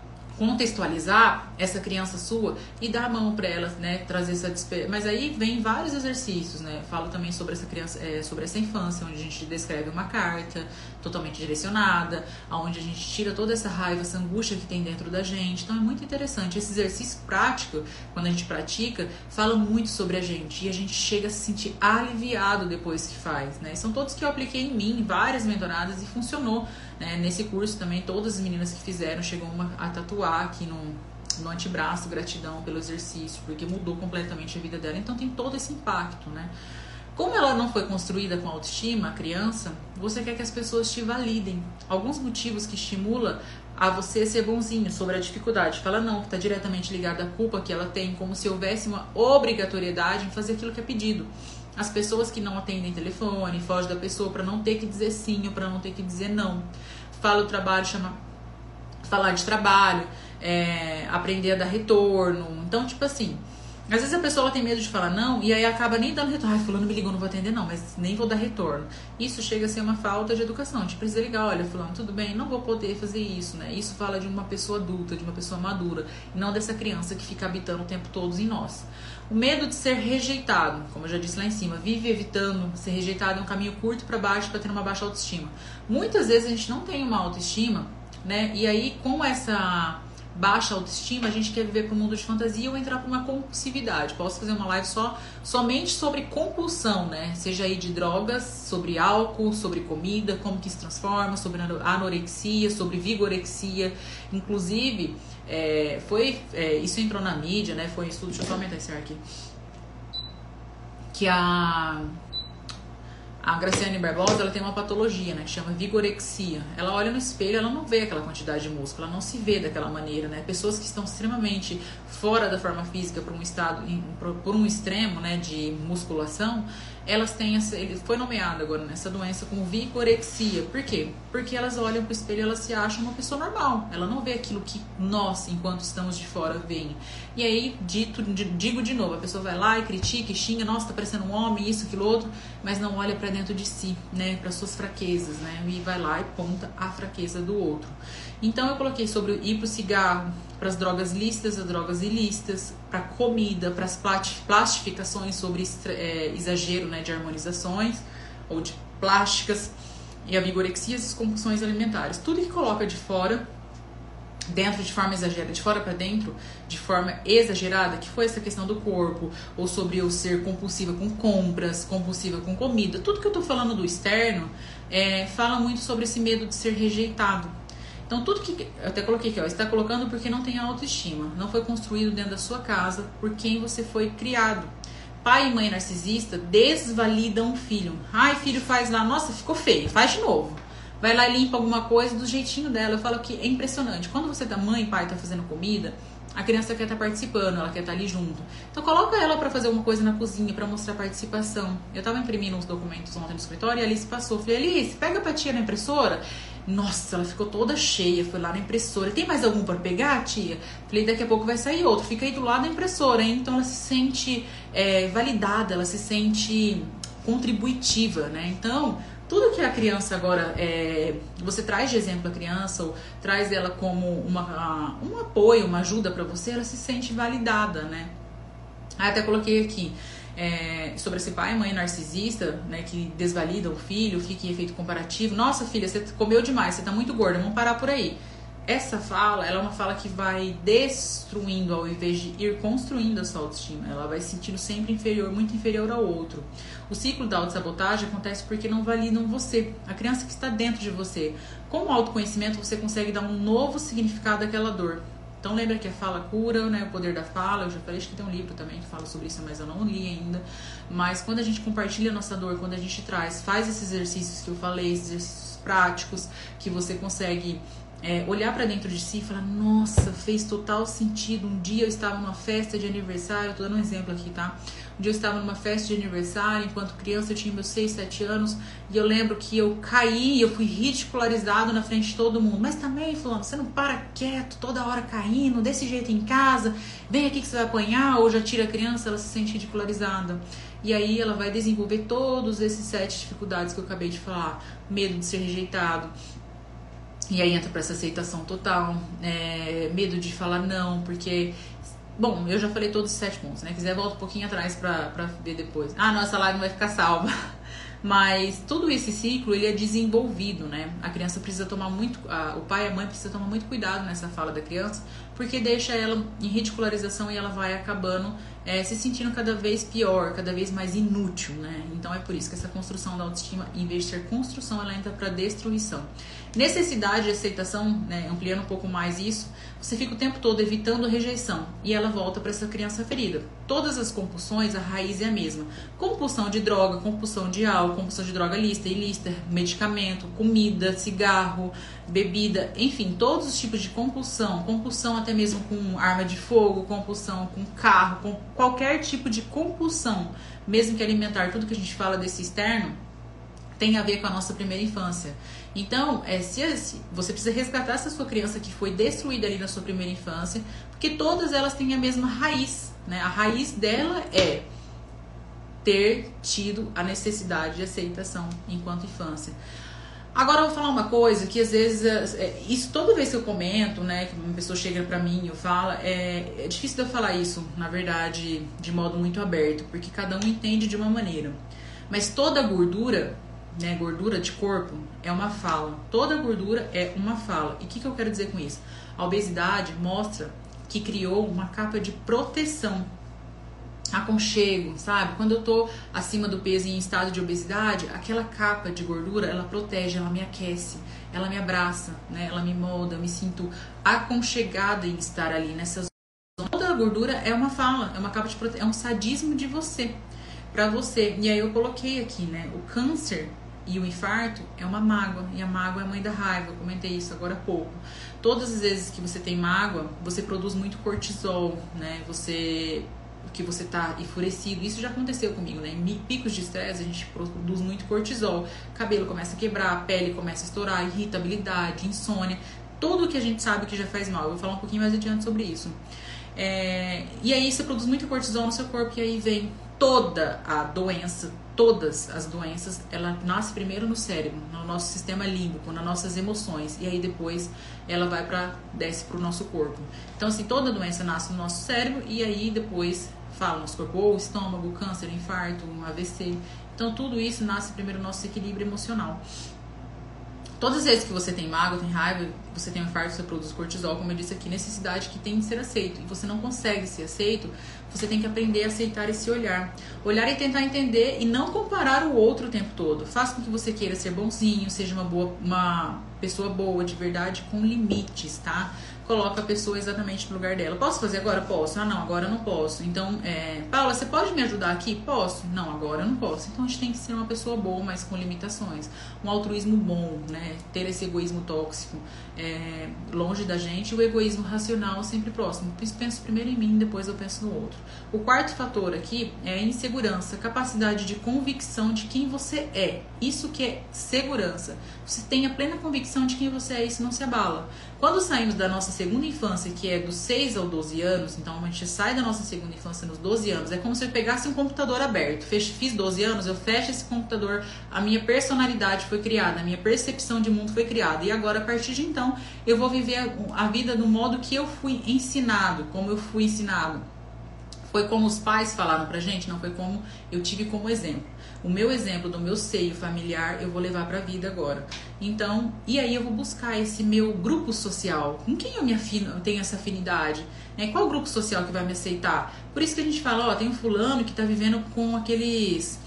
contextualizar essa criança sua e dar a mão para ela, né, trazer essa despe... mas aí vem vários exercícios, né? Falo também sobre essa criança, é, sobre essa infância, onde a gente descreve uma carta totalmente direcionada, onde a gente tira toda essa raiva, essa angústia que tem dentro da gente. Então é muito interessante esse exercício prático. Quando a gente pratica, fala muito sobre a gente e a gente chega a se sentir aliviado depois que faz, né? São todos que eu apliquei em mim, várias mentoradas, e funcionou, né? Nesse curso também, todas as meninas que fizeram, chegou uma a tatuar aqui no, no antebraço, gratidão pelo exercício, porque mudou completamente a vida dela. Então tem todo esse impacto, né? Como ela não foi construída com autoestima, a criança, você quer que as pessoas te validem. Alguns motivos que estimulam a você ser bonzinho sobre a dificuldade. Fala não, que está diretamente ligada à culpa que ela tem, como se houvesse uma obrigatoriedade em fazer aquilo que é pedido. As pessoas que não atendem telefone, fogem da pessoa para não ter que dizer sim ou para não ter que dizer não. Fala o trabalho, chama falar de trabalho, é, aprender a dar retorno. Então, tipo assim, Às vezes a pessoa ela tem medo de falar não e aí acaba nem dando retorno. Ai, fulano me ligou, não vou atender não, mas nem vou dar retorno. Isso chega a ser uma falta de educação. A gente precisa ligar, olha, fulano, tudo bem, não vou poder fazer isso, né? Isso fala de uma pessoa adulta, de uma pessoa madura, e não dessa criança que fica habitando o tempo todo em nós. O medo de ser rejeitado, como eu já disse lá em cima, vive evitando ser rejeitado, é um caminho curto para baixo para ter uma baixa autoestima. Muitas vezes a gente não tem uma autoestima, né? E aí com essa baixa autoestima, a gente quer viver para um mundo de fantasia ou entrar para uma compulsividade. Posso fazer uma live só somente sobre compulsão, né? Seja aí de drogas, sobre álcool, sobre comida, como que se transforma, sobre anorexia, sobre vigorexia. Inclusive, é, foi, é, isso entrou na mídia, né? Foi um estudo, deixa eu só aumentar esse ar aqui. Que a... A Graciane Barbosa, ela tem uma patologia, né, que chama vigorexia. Ela olha no espelho, ela não vê aquela quantidade de músculo, ela não se vê daquela maneira, né? Pessoas que estão extremamente fora da forma física por um estado, por um extremo, né, de musculação, elas têm essa, ele foi nomeado agora nessa doença como vigorexia. Por quê? Porque elas olham pro espelho e elas se acham uma pessoa normal. Ela não vê aquilo que nós, enquanto estamos de fora, veem. E aí, dito, digo de novo, a pessoa vai lá e critica e xinga, nossa, tá parecendo um homem, isso, aquilo, outro, mas não olha pra dentro de si, né, para suas fraquezas, né, e vai lá e ponta a fraqueza do outro. Então eu coloquei sobre ir pro cigarro, para as drogas lícitas, as drogas ilícitas, para comida, para as plastificações sobre é, exagero, né, de harmonizações ou de plásticas, e a vigorexia e as compulsões alimentares. Tudo que coloca de fora, dentro de forma exagerada, de fora para dentro, de forma exagerada, que foi essa questão do corpo, ou sobre eu ser compulsiva com compras, compulsiva com comida, tudo que eu tô falando do externo, é, fala muito sobre esse medo de ser rejeitado. Então tudo que, eu até coloquei aqui, ó, está colocando porque não tem autoestima, não foi construído dentro da sua casa, por quem você foi criado. Pai e mãe narcisista desvalidam o filho. Ai, filho, faz lá, nossa, ficou feio, faz de novo. Vai lá e limpa alguma coisa do jeitinho dela. Eu falo que é impressionante. Quando você tá, mãe e pai tá fazendo comida, a criança quer estar tá participando, ela quer estar tá ali junto. Então coloca ela para fazer alguma coisa na cozinha, para mostrar participação. Eu tava imprimindo uns documentos ontem no escritório e a Alice passou. Falei, Alice, pega pra tia na impressora. Nossa, ela ficou toda cheia, foi lá na impressora. Tem mais algum para pegar, tia? Falei, daqui a pouco vai sair outro. Fica aí do lado da impressora, hein? Então ela se sente é, validada, ela se sente contributiva, né? Então, tudo que a criança agora, é, você traz de exemplo a criança, ou traz ela como uma, um apoio, uma ajuda para você, ela se sente validada, né? Aí até coloquei aqui, é, sobre esse pai e mãe narcisista, né, que desvalida o filho, fica em efeito comparativo. Nossa, filha, você comeu demais, você tá muito gorda, vamos parar por aí. Essa fala, ela é uma fala que vai destruindo ao invés de ir construindo a sua autoestima. Ela vai se sentindo sempre inferior, muito inferior ao outro. O ciclo da autossabotagem acontece porque não validam você, a criança que está dentro de você. Com o autoconhecimento, você consegue dar um novo significado àquela dor. Então lembra que a fala cura, né, o poder da fala. Eu já falei, acho que tem um livro também que fala sobre isso, mas eu não li ainda. Mas quando a gente compartilha a nossa dor, quando a gente traz, faz esses exercícios que eu falei, esses exercícios práticos, que você consegue... É, olhar pra dentro de si e falar, nossa, fez total sentido. Um dia eu estava numa festa de aniversário, tô dando um exemplo aqui, tá? Um dia eu estava numa festa de aniversário, enquanto criança eu tinha meus seis, sete anos, e eu lembro que eu caí, eu fui ridicularizado na frente de todo mundo. Mas também, fulano, você não para quieto, toda hora caindo, desse jeito em casa, vem aqui que você vai apanhar, ou já tira a criança, ela se sente ridicularizada. E aí ela vai desenvolver todos esses sete dificuldades que eu acabei de falar. Medo de ser rejeitado. E aí entra pra essa aceitação total, é, medo de falar não, porque... Bom, eu já falei todos os sete pontos, né? Quiser, volta um pouquinho atrás pra, pra ver depois. Ah, não, essa live não vai ficar salva. Mas todo esse ciclo, ele é desenvolvido, né? A criança precisa tomar muito... A, o pai e a mãe precisam tomar muito cuidado nessa fala da criança, porque deixa ela em ridicularização e ela vai acabando é, se sentindo cada vez pior, cada vez mais inútil, né? Então é por isso que essa construção da autoestima, em vez de ser construção, ela entra pra destruição. Necessidade de aceitação, né, ampliando um pouco mais isso, você fica o tempo todo evitando a rejeição e ela volta para essa criança ferida. Todas as compulsões, a raiz é a mesma. Compulsão de droga, compulsão de álcool, compulsão de droga lícita, ilícita, medicamento, comida, cigarro, bebida, enfim, todos os tipos de compulsão, compulsão até mesmo com arma de fogo, compulsão com carro, com qualquer tipo de compulsão, mesmo que alimentar, tudo que a gente fala desse externo, tem a ver com a nossa primeira infância. Então, é, se, se você precisa resgatar essa sua criança que foi destruída ali na sua primeira infância, porque todas elas têm a mesma raiz, né? A raiz dela é ter tido a necessidade de aceitação enquanto infância. Agora eu vou falar uma coisa que às vezes, é, isso toda vez que eu comento, né, que uma pessoa chega pra mim e eu falo, é, é difícil de eu falar isso, na verdade, de modo muito aberto, porque cada um entende de uma maneira. Mas toda gordura, né, gordura de corpo, é uma fala. Toda gordura é uma fala. E o que, que eu quero dizer com isso? A obesidade mostra que criou uma capa de proteção, aconchego, sabe? Quando eu tô acima do peso e em estado de obesidade, aquela capa de gordura, ela protege, ela me aquece, ela me abraça, né? Ela me molda, eu me sinto aconchegada em estar ali nessa zona. Toda a gordura é uma fala, é uma capa de proteção, é um sadismo de você, pra você. E aí eu coloquei aqui, né? O câncer e o infarto é uma mágoa, e a mágoa é a mãe da raiva, eu comentei isso agora há pouco. Todas as vezes que você tem mágoa, você produz muito cortisol, né? Você... que você tá enfurecido, isso já aconteceu comigo, né? Em picos de estresse a gente produz muito cortisol, cabelo começa a quebrar, a pele começa a estourar, irritabilidade, insônia, tudo que a gente sabe que já faz mal. Eu vou falar um pouquinho mais adiante sobre isso. É... E aí você produz muito cortisol no seu corpo e aí vem toda a doença, todas as doenças, ela nasce primeiro no cérebro, no nosso sistema límbico, nas nossas emoções, e aí depois ela vai para desce para o nosso corpo. Então assim, toda doença nasce no nosso cérebro e aí depois fala nosso corpo, ou estômago, câncer, infarto, um A V C. Então tudo isso nasce primeiro no nosso equilíbrio emocional. Todas as vezes que você tem mágoa, tem raiva, você tem um infarto, você produz cortisol, como eu disse aqui, necessidade que tem de ser aceito. E você não consegue ser aceito, você tem que aprender a aceitar esse olhar. Olhar e tentar entender e não comparar o outro o tempo todo. Faça com que você queira ser bonzinho, seja uma, boa, uma pessoa boa, de verdade, com limites, tá? Coloca a pessoa exatamente no lugar dela. Posso fazer agora? Posso. Ah, não, agora eu não posso. Então, é, Paula, você pode me ajudar aqui? Posso. Não, agora eu não posso. Então, a gente tem que ser uma pessoa boa, mas com limitações. Um altruísmo bom, né? Ter esse egoísmo tóxico é, longe da gente. E o egoísmo racional sempre próximo. Penso primeiro em mim, depois eu penso no outro. O quarto fator aqui é a insegurança. Capacidade de convicção de quem você é. Isso que é segurança. Você tem a plena convicção de quem você é, isso não se abala. Quando saímos da nossa segunda infância, que é dos seis aos doze anos, então a gente sai da nossa segunda infância nos doze anos, é como se eu pegasse um computador aberto, fiz doze anos, eu fecho esse computador, a minha personalidade foi criada, a minha percepção de mundo foi criada, e agora a partir de então eu vou viver a, a vida do modo que eu fui ensinado, como eu fui ensinado. Foi como os pais falaram pra gente? Não, foi como eu tive como exemplo. O meu exemplo do meu seio familiar eu vou levar pra vida agora. Então, e aí eu vou buscar esse meu grupo social. Com quem eu me afino, eu tenho essa afinidade? Né? Qual o grupo social que vai me aceitar? Por isso que a gente fala, ó, tem um fulano que tá vivendo com aqueles...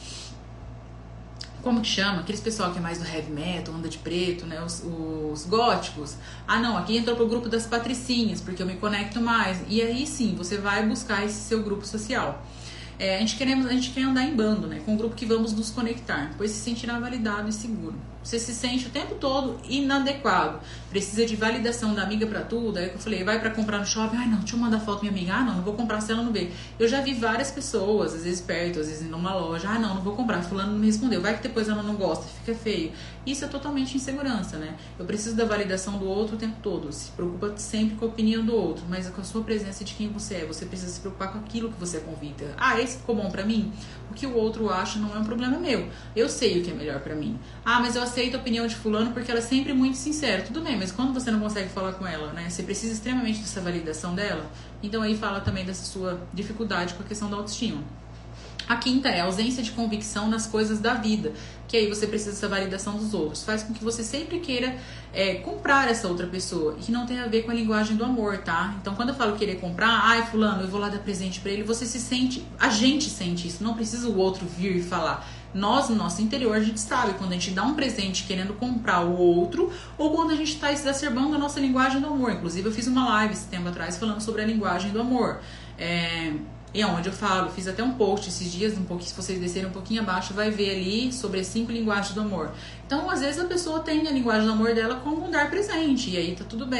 Como que chama? Aqueles pessoal que é mais do heavy metal, anda de preto, né? Os, os góticos. Ah, não, aqui entrou pro grupo das patricinhas, porque eu me conecto mais. E aí sim, você vai buscar esse seu grupo social. É, a, gente queremos, a gente quer andar em bando, né? Com um grupo que vamos nos conectar, pois se sentirá validado e seguro. Você se sente o tempo todo inadequado, precisa de validação da amiga pra tudo. Aí eu falei, vai pra comprar no shopping, ai não, deixa eu mandar foto pra minha amiga, ah não, não vou comprar se ela não ver. Eu já vi várias pessoas, às vezes perto, às vezes numa loja, ah não, não vou comprar, fulano não me respondeu, vai que depois ela não gosta, fica feio. Isso é totalmente insegurança, né? Eu preciso da validação do outro o tempo todo, se preocupa sempre com a opinião do outro, mas com a sua presença de quem você é, você precisa se preocupar com aquilo que você convida. Ah, esse ficou bom pra mim? O que o outro acha não é um problema meu, eu sei o que é melhor pra mim. Ah, mas eu aceito a opinião de fulano porque ela é sempre muito sincera. Tudo bem, mas quando você não consegue falar com ela, né? Você precisa extremamente dessa validação dela. Então aí fala também dessa sua dificuldade com a questão da autoestima. A quinta é a ausência de convicção nas coisas da vida, que aí você precisa dessa validação dos outros. Faz com que você sempre queira é, comprar essa outra pessoa, e que não tem a ver com a linguagem do amor, tá? Então quando eu falo querer comprar, ai fulano, eu vou lá dar presente pra ele, você se sente, a gente sente isso, não precisa o outro vir e falar. Nós, no nosso interior, a gente sabe quando a gente dá um presente querendo comprar o outro, ou quando a gente está exacerbando a nossa linguagem do amor. Inclusive eu fiz uma live esse tempo atrás falando sobre a linguagem do amor. É... E é onde eu falo, fiz até um post esses dias, um pouquinho, se vocês descerem um pouquinho abaixo, vai ver ali sobre as cinco linguagens do amor. Então, às vezes a pessoa tem a linguagem do amor dela como dar presente, e aí tá tudo bem. Então,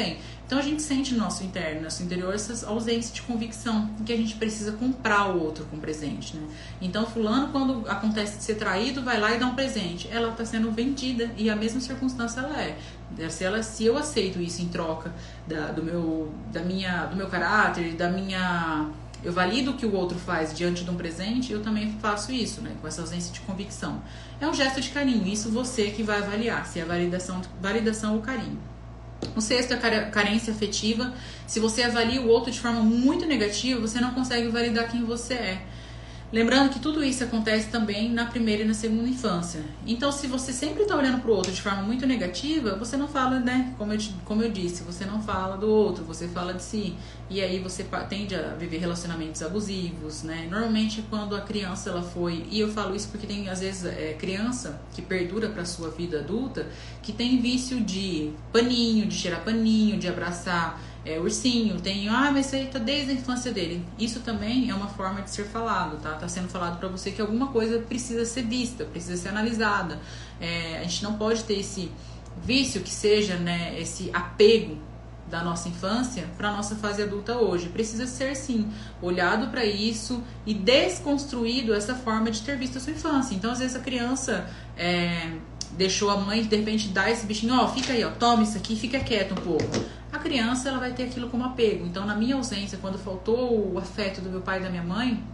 Então a gente sente no nosso interno, no nosso interior, essas ausências de convicção, em que a gente precisa comprar o outro com presente, né? Então fulano, quando acontece de ser traído, vai lá e dá um presente. Ela está sendo vendida e a mesma circunstância ela é. Se, ela, se eu aceito isso em troca da, do, meu, da minha, do meu caráter, da minha... Eu valido o que o outro faz diante de um presente, eu também faço isso, né? Com essa ausência de convicção. É um gesto de carinho, isso você que vai avaliar, se é validação, validação ou carinho. O sexto é a carência afetiva. Se você avalia o outro de forma muito negativa, você não consegue validar quem você é. Lembrando que tudo isso acontece também na primeira e na segunda infância. Então, se você sempre está olhando para o outro de forma muito negativa, você não fala, né? Como eu, como eu disse, você não fala do outro, você fala de si. E aí você tende a viver relacionamentos abusivos, né? Normalmente, quando a criança ela foi... E eu falo isso porque tem, às vezes, é, criança que perdura para a sua vida adulta, que tem vício de paninho, de cheirar paninho, de abraçar... É, ursinho, tem, ah, mas isso aí tá desde a infância dele. Isso também é uma forma de ser falado, tá? Tá sendo falado pra você que alguma coisa precisa ser vista, precisa ser analisada. É, a gente não pode ter esse vício que seja, né, esse apego da nossa infância pra nossa fase adulta hoje. Precisa ser, sim, olhado pra isso e desconstruído essa forma de ter visto a sua infância. Então, às vezes, a criança... É, deixou a mãe, de repente, dar esse bichinho, ó, fica aí, ó, toma isso aqui, fica quieto um pouco. A criança, ela vai ter aquilo como apego. Então, na minha ausência, quando faltou o afeto do meu pai e da minha mãe,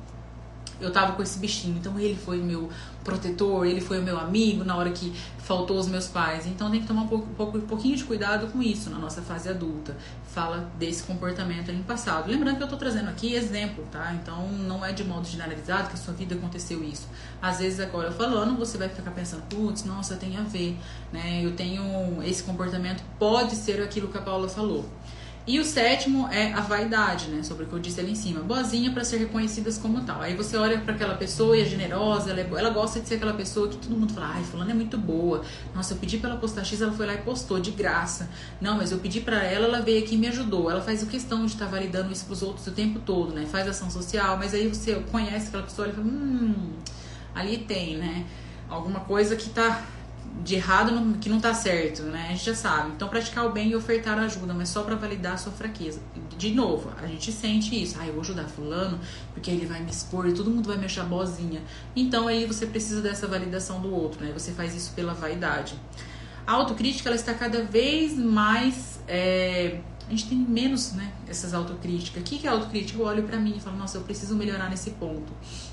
eu tava com esse bichinho. Então, ele foi meu protetor, ele foi o meu amigo na hora que faltou os meus pais. Então, tem que tomar um, pouco, um, pouco, um pouquinho de cuidado com isso na nossa fase adulta. Fala desse comportamento ali no passado. Lembrando que eu tô trazendo aqui exemplo, tá? Então, não é de modo generalizado que a sua vida aconteceu isso. Às vezes, agora eu falando, você vai ficar pensando, putz, nossa, tem a ver, né? Eu tenho esse comportamento, pode ser aquilo que a Paula falou. E o sétimo é a vaidade, né? Sobre o que eu disse ali em cima. Boazinha para ser reconhecidas como tal. Aí você olha para aquela pessoa e é generosa, ela, é, ela gosta de ser aquela pessoa que todo mundo fala, ai, fulana é muito boa. Nossa, eu pedi pra ela postar X, ela foi lá e postou, de graça. Não, mas eu pedi pra ela, ela veio aqui e me ajudou. Ela faz questão de estar tá validando isso pros outros o tempo todo, né? Faz ação social, mas aí você conhece aquela pessoa e fala, hum, ali tem, né? Alguma coisa que tá... de errado que não tá certo, né? A gente já sabe. Então, praticar o bem e ofertar ajuda, mas só pra validar a sua fraqueza. De novo, a gente sente isso. Ah, eu vou ajudar fulano, porque ele vai me expor e todo mundo vai me achar boazinha. Então, aí você precisa dessa validação do outro, né? Você faz isso pela vaidade. A autocrítica, ela está cada vez mais... É... A gente tem menos, né, essas autocríticas. O que é autocrítica? Eu olho pra mim e falo, nossa, eu preciso melhorar nesse ponto.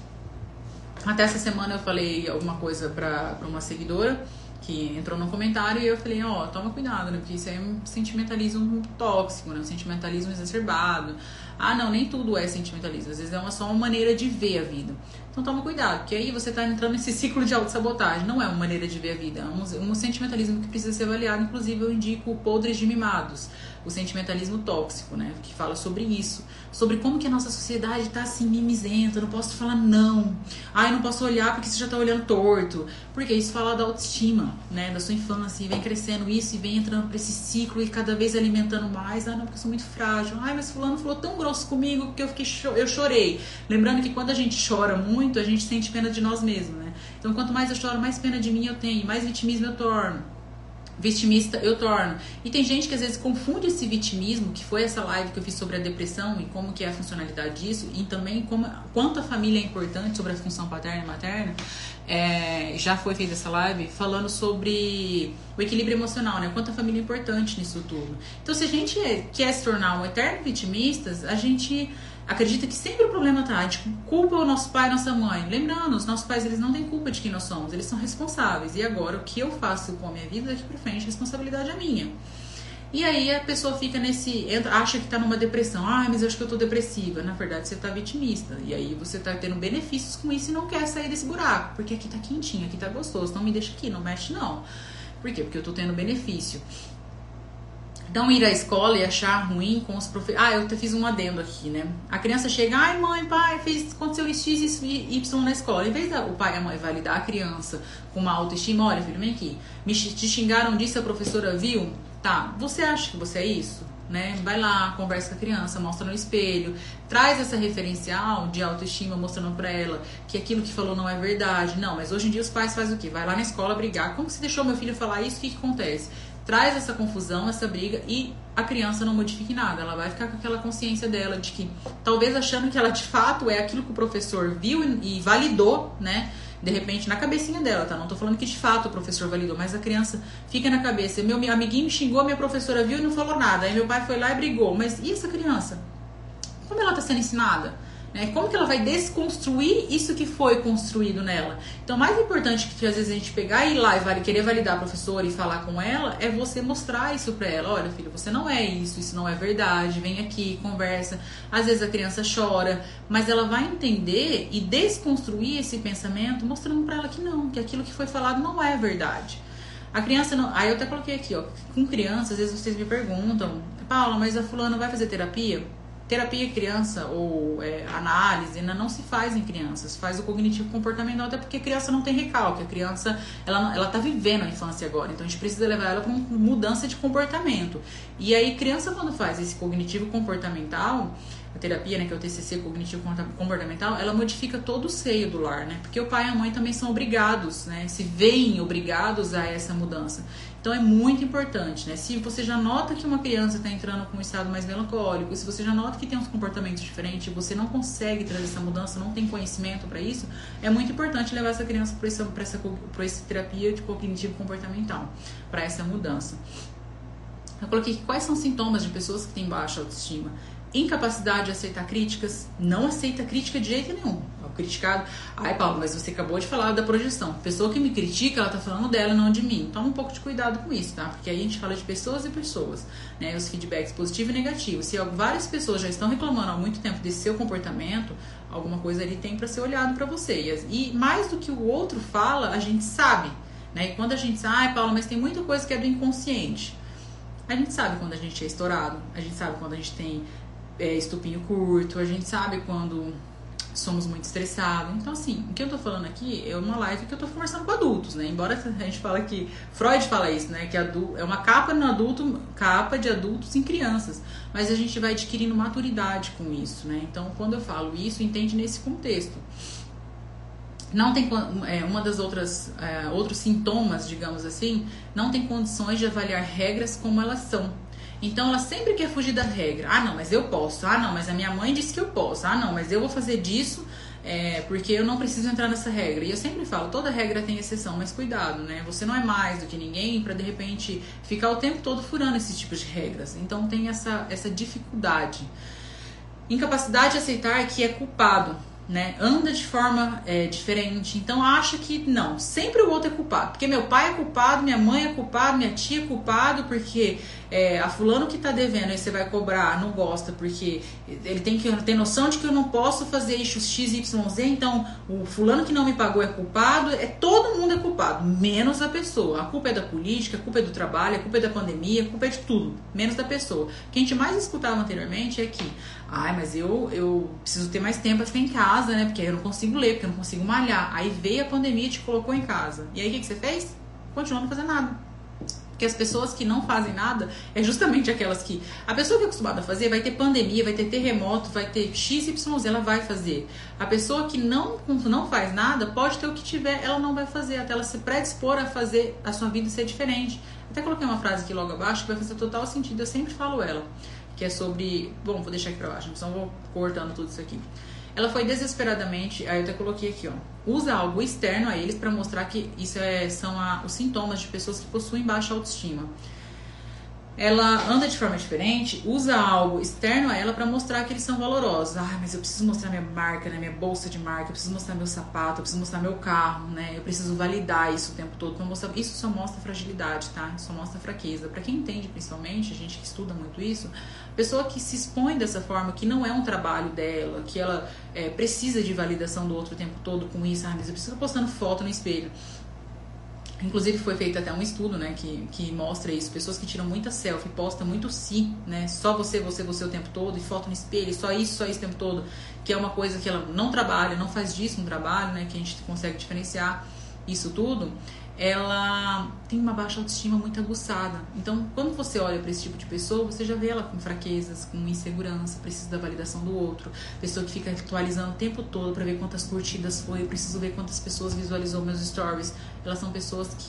Até essa semana eu falei alguma coisa pra, pra uma seguidora que entrou no comentário e eu falei, ó, oh, toma cuidado, né? Porque isso aí é um sentimentalismo tóxico, né? Um sentimentalismo exacerbado. Ah, não, nem tudo é sentimentalismo. Às vezes é uma, só uma maneira de ver a vida. Então toma cuidado, porque aí você tá entrando nesse ciclo de autossabotagem. Não é uma maneira de ver a vida. É um, um sentimentalismo que precisa ser avaliado. Inclusive eu indico Podres de Mimados, o sentimentalismo tóxico, né? Que fala sobre isso. Sobre como que a nossa sociedade tá assim, mimizenta. Eu não posso falar não. Ah, eu não posso olhar porque você já tá olhando torto. Porque isso fala da autoestima, né? Da sua infância. E vem crescendo isso e vem entrando pra esse ciclo e cada vez alimentando mais. Ah, não, porque eu sou muito frágil. Ai, mas fulano falou tão grosso comigo que eu fiquei cho- eu chorei. Lembrando que quando a gente chora muito, a gente sente pena de nós mesmos, né? Então, quanto mais eu choro, mais pena de mim eu tenho. Mais vitimismo eu torno. Vitimista eu torno. E tem gente que às vezes confunde esse vitimismo, que foi essa live que eu fiz sobre a depressão e como que é a funcionalidade disso, e também como, quanto a família é importante sobre a função paterna e materna. É, já foi feita essa live falando sobre o equilíbrio emocional, né? Quanto a família é importante nisso tudo. Então, se a gente quer se tornar um eterno vitimista, a gente acredita que sempre o problema tá, a gente culpa o nosso pai e nossa mãe. Lembrando, os nossos pais, eles não têm culpa de quem nós somos, eles são responsáveis. E agora, o que eu faço com a minha vida daqui pra frente, a responsabilidade é minha. E aí a pessoa fica nesse, entra, acha que tá numa depressão. Ah, mas eu acho que eu tô depressiva. Na verdade, você tá vitimista. E aí você tá tendo benefícios com isso e não quer sair desse buraco. Porque aqui tá quentinho, aqui tá gostoso. Não me deixa aqui, não mexe não. Por quê? Porque eu tô tendo benefício. Então, ir à escola e achar ruim com os professores... Ah, eu fiz um adendo aqui, né? A criança chega, ai, mãe, pai, fez, aconteceu isso, X e Y na escola. Em vez da o pai e a mãe validar a criança com uma autoestima, olha, filho, vem aqui. Me te xingaram disso, a professora viu? Tá, você acha que você é isso? Né? Vai lá, conversa com a criança, mostra no espelho, traz essa referencial de autoestima, mostrando pra ela que aquilo que falou não é verdade. Não, mas hoje em dia os pais fazem o quê? Vai lá na escola brigar. Como que você deixou meu filho falar isso? O que que acontece? traz essa confusão, essa briga e a criança não modifique nada. Ela vai ficar com aquela consciência dela de que, talvez achando que ela de fato é aquilo que o professor viu e, e validou, né? De repente, na cabecinha dela, tá? Não tô falando que de fato o professor validou, mas a criança fica na cabeça. Meu amiguinho me xingou, minha professora viu e não falou nada. Aí meu pai foi lá e brigou. Mas e essa criança? Como ela tá sendo ensinada? Né? Como que ela vai desconstruir isso que foi construído nela? Então, mais importante que às vezes a gente pegar e ir lá e vale, querer validar a professora e falar com ela, é você mostrar isso pra ela. Olha, filho, você não é isso, isso não é verdade, vem aqui, conversa. Às vezes a criança chora, mas ela vai entender e desconstruir esse pensamento, mostrando pra ela que não, que aquilo que foi falado não é verdade. A criança não... Aí eu até coloquei aqui, ó, com criança, às vezes vocês me perguntam, Paula, mas a fulana vai fazer terapia? Terapia criança ou é, análise ainda não se faz em crianças, faz o cognitivo comportamental, até porque a criança não tem recalque, a criança ela, ela tá vivendo a infância agora, então a gente precisa levar ela para uma mudança de comportamento. E aí criança quando faz esse cognitivo comportamental, a terapia, né, que é o T C C, cognitivo comportamental, ela modifica todo o seio do lar, né, porque o pai e a mãe também são obrigados, né, se veem obrigados a essa mudança. Então é muito importante, né? Se você já nota que uma criança está entrando com um estado mais melancólico, se você já nota que tem uns comportamentos diferentes, você não consegue trazer essa mudança, não tem conhecimento para isso, é muito importante levar essa criança para essa, para essa, para essa terapia de cognitivo comportamental, para essa mudança. Eu coloquei aqui quais são os sintomas de pessoas que têm baixa autoestima. Incapacidade de aceitar críticas, não aceita crítica de jeito nenhum. O criticado, ai Paulo, mas você acabou de falar da projeção. Pessoa que me critica, ela tá falando dela, não de mim. Toma um pouco de cuidado com isso, tá? Porque aí a gente fala de pessoas e pessoas, né? Os feedbacks positivos e negativos. Se várias pessoas já estão reclamando há muito tempo desse seu comportamento, alguma coisa ali tem para ser olhado para você. E mais do que o outro fala, a gente sabe, né? E quando a gente sabe, ai Paulo, mas tem muita coisa que é do inconsciente. A gente sabe quando a gente é estourado, a gente sabe quando a gente tem É, estupinho curto, a gente sabe quando somos muito estressados. Então, assim, o que eu tô falando aqui é uma live que eu tô conversando com adultos, né? Embora a gente fala que Freud fala isso, né? Que adulto, é uma capa no adulto, capa de adultos em crianças. Mas a gente vai adquirindo maturidade com isso, né? Então, quando eu falo isso, entende nesse contexto. Não tem é, uma das outras é, outros sintomas, digamos assim, não tem condições de avaliar regras como elas são. Então ela sempre quer fugir da regra. Ah, não, mas eu posso. Ah, não, mas a minha mãe disse que eu posso. Ah, não, mas eu vou fazer disso é, porque eu não preciso entrar nessa regra. E eu sempre falo, toda regra tem exceção, mas cuidado, né? Você não é mais do que ninguém para de repente ficar o tempo todo furando esses tipos de regras. Então tem essa, essa dificuldade. Incapacidade de aceitar que é culpado, né? Anda de forma é, diferente, então acha que não, sempre o outro é culpado, porque meu pai é culpado, minha mãe é culpado, minha tia é culpado, porque é, a fulano que tá devendo, aí você vai cobrar, não gosta, porque ele tem que ter noção de que eu não posso fazer isso X, Y, Z, então o fulano que não me pagou é culpado, é, todo mundo é culpado, menos a pessoa. A culpa é da política, a culpa é do trabalho, a culpa é da pandemia, a culpa é de tudo, menos da pessoa. O que a gente mais escutava anteriormente é que, ai, mas eu, eu preciso ter mais tempo pra ficar em casa, né? Porque eu não consigo ler, porque eu não consigo malhar. Aí veio a pandemia e te colocou em casa. E aí o que, que você fez? Continuou não fazendo nada. Porque as pessoas que não fazem nada é justamente aquelas que... A pessoa que é acostumada a fazer vai ter pandemia, vai ter terremoto, vai ter X Y Z, ela vai fazer. A pessoa que não, não faz nada, pode ter o que tiver, ela não vai fazer. Até ela se predispor a fazer a sua vida ser diferente. Até coloquei uma frase aqui logo abaixo que vai fazer total sentido, eu sempre falo ela. Que é sobre... Bom, vou deixar aqui pra baixo, então vou cortando tudo isso aqui. Ela foi desesperadamente... Aí eu até coloquei aqui, ó. Usa algo externo a eles para mostrar que isso é, são a, os sintomas de pessoas que possuem baixa autoestima. Ela anda de forma diferente, usa algo externo a ela para mostrar que eles são valorosos. Ah, mas eu preciso mostrar minha marca, né? Minha bolsa de marca, eu preciso mostrar meu sapato, eu preciso mostrar meu carro, né? Eu preciso validar isso o tempo todo. Pra mostrar... Isso só mostra fragilidade, tá? Isso só mostra fraqueza. Para quem entende, principalmente, a gente que estuda muito isso, pessoa que se expõe dessa forma, que não é um trabalho dela, que ela é, precisa de validação do outro o tempo todo com isso. Ah, mas eu preciso postando foto no espelho. Inclusive foi feito até um estudo, né, que, que mostra isso. Pessoas que tiram muita selfie, postam muito si, né, só você, você, você o tempo todo, e foto no espelho, só isso, só isso o tempo todo, que é uma coisa que ela não trabalha, não faz disso um trabalho, né, que a gente consegue diferenciar isso tudo. Ela tem uma baixa autoestima muito aguçada. Então, quando você olha para esse tipo de pessoa, você já vê ela com fraquezas, com insegurança, precisa da validação do outro. Pessoa que fica atualizando o tempo todo para ver quantas curtidas foi, eu preciso ver quantas pessoas visualizou meus stories. Elas são pessoas que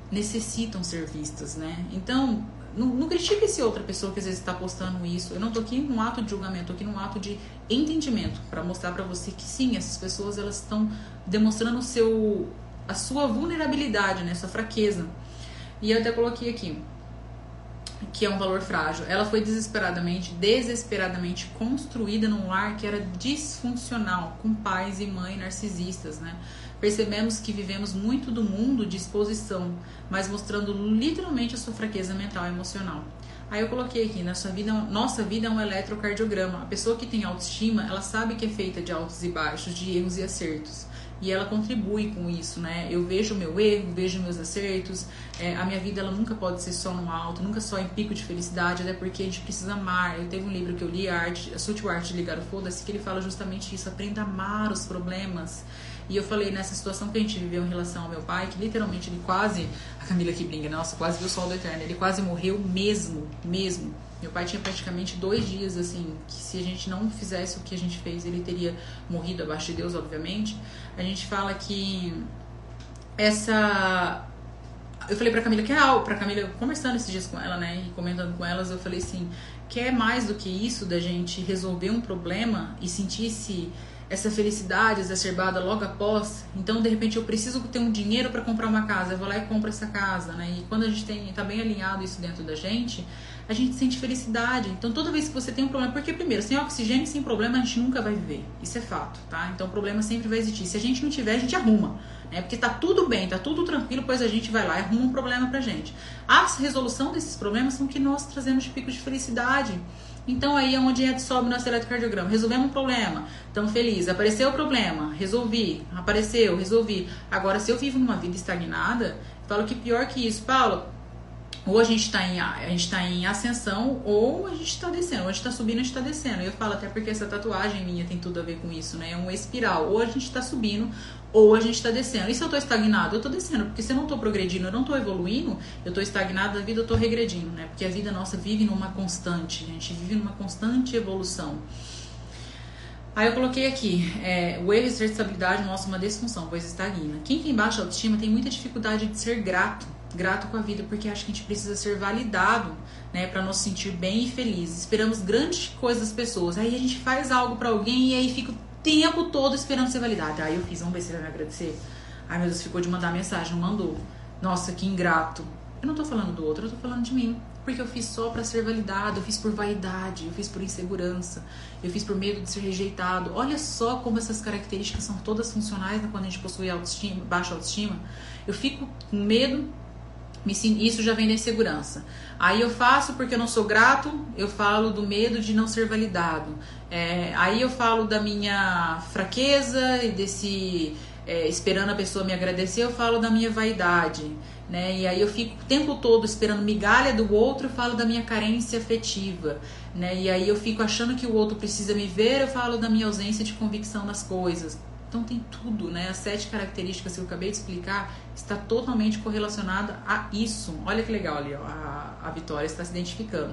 necessitam ser vistas, né? Então, não, não critique esse outra pessoa que às vezes está postando isso. Eu não tô aqui num ato de julgamento, tô aqui num ato de entendimento para mostrar para você que sim, essas pessoas elas estão demonstrando o seu, a sua vulnerabilidade, né? Sua fraqueza. E eu até coloquei aqui que é um valor frágil. Ela foi desesperadamente, desesperadamente construída num lar que era disfuncional, com pais e mãe narcisistas, né? Percebemos que vivemos muito do mundo de exposição, mas mostrando literalmente a sua fraqueza mental e emocional. Aí eu coloquei aqui, na sua vida, nossa vida é um eletrocardiograma. A pessoa que tem autoestima, ela sabe que é feita de altos e baixos, de erros e acertos. E ela contribui com isso, né? Eu vejo o meu erro, vejo meus acertos. É, a minha vida ela nunca pode ser só no alto, nunca só em pico de felicidade, até porque a gente precisa amar. Eu teve um livro que eu li, a, arte, a Sutil Arte de Ligar o Foda-se, que ele fala justamente isso, aprenda a amar os problemas. E eu falei nessa situação que a gente viveu em relação ao meu pai, que literalmente ele quase, a Camila aqui brinca, nossa, quase viu o sol do eterno, ele quase morreu mesmo, mesmo. Meu pai tinha praticamente dois dias, assim, que se a gente não fizesse o que a gente fez, ele teria morrido abaixo de Deus, obviamente. A gente fala que essa... Eu falei pra Camila que é algo, pra Camila, conversando esses dias com ela, né, e comentando com elas, eu falei assim, que é mais do que isso da gente resolver um problema e sentir-se essa felicidade exacerbada logo após. Então, de repente, eu preciso ter um dinheiro para comprar uma casa, eu vou lá e compro essa casa, né? E quando a gente tem, tá bem alinhado isso dentro da gente, a gente sente felicidade. Então, toda vez que você tem um problema, porque primeiro, sem oxigênio e sem problema, a gente nunca vai viver. Isso é fato, tá? Então, o problema sempre vai existir. Se a gente não tiver, a gente arruma, né? Porque tá tudo bem, tá tudo tranquilo, pois a gente vai lá e arruma um problema pra gente. A resolução desses problemas são que nós trazemos de pico de felicidade. Então aí é onde a gente sobe o nosso eletrocardiograma. Resolvemos um problema, estamos felizes. Apareceu o problema, resolvi. Apareceu, resolvi. Agora, se eu vivo numa vida estagnada, falo que pior que isso, Paulo, ou a gente está em, a gente tá em ascensão, ou a gente está descendo. Ou a gente está subindo, a gente está descendo. Eu falo até porque essa tatuagem minha tem tudo a ver com isso, né? É uma espiral. Ou a gente está subindo, ou a gente está descendo. E se eu estou estagnado? Eu estou descendo. Porque se eu não estou progredindo, eu não estou evoluindo, eu estou estagnado na vida, eu estou regredindo, né? Porque a vida nossa vive numa constante. A gente vive numa constante evolução. Aí eu coloquei aqui, é, o erro e irritabilidade mostra uma disfunção, pois estagna. Quem tem baixa autoestima tem muita dificuldade de ser grato. Grato com a vida, porque acho que a gente precisa ser validado, né, para nos sentir bem e felizes. Esperamos grandes coisas das pessoas, aí a gente faz algo para alguém e aí fica o tempo todo esperando ser validado. Aí eu fiz, vamos ver se ele vai me agradecer. Ai meu Deus, ficou de mandar mensagem, não mandou. Nossa, que ingrato. Eu não tô falando do outro, eu tô falando de mim, porque eu fiz só para ser validado, eu fiz por vaidade, eu fiz por insegurança, eu fiz por medo de ser rejeitado. Olha só como essas características são todas funcionais, né, quando a gente possui autoestima, baixa autoestima. Eu fico com medo. Isso já vem da insegurança. Aí eu faço porque eu não sou grato, eu falo do medo de não ser validado. É, aí eu falo da minha fraqueza e desse é, esperando a pessoa me agradecer, eu falo da minha vaidade, né? E aí eu fico o tempo todo esperando migalha do outro, eu falo da minha carência afetiva, né? E aí eu fico achando que o outro precisa me ver, eu falo da minha ausência de convicção nas coisas. Então tem tudo, né? As sete características que eu acabei de explicar está totalmente correlacionada a isso. Olha que legal ali, ó, a, a Vitória está se identificando.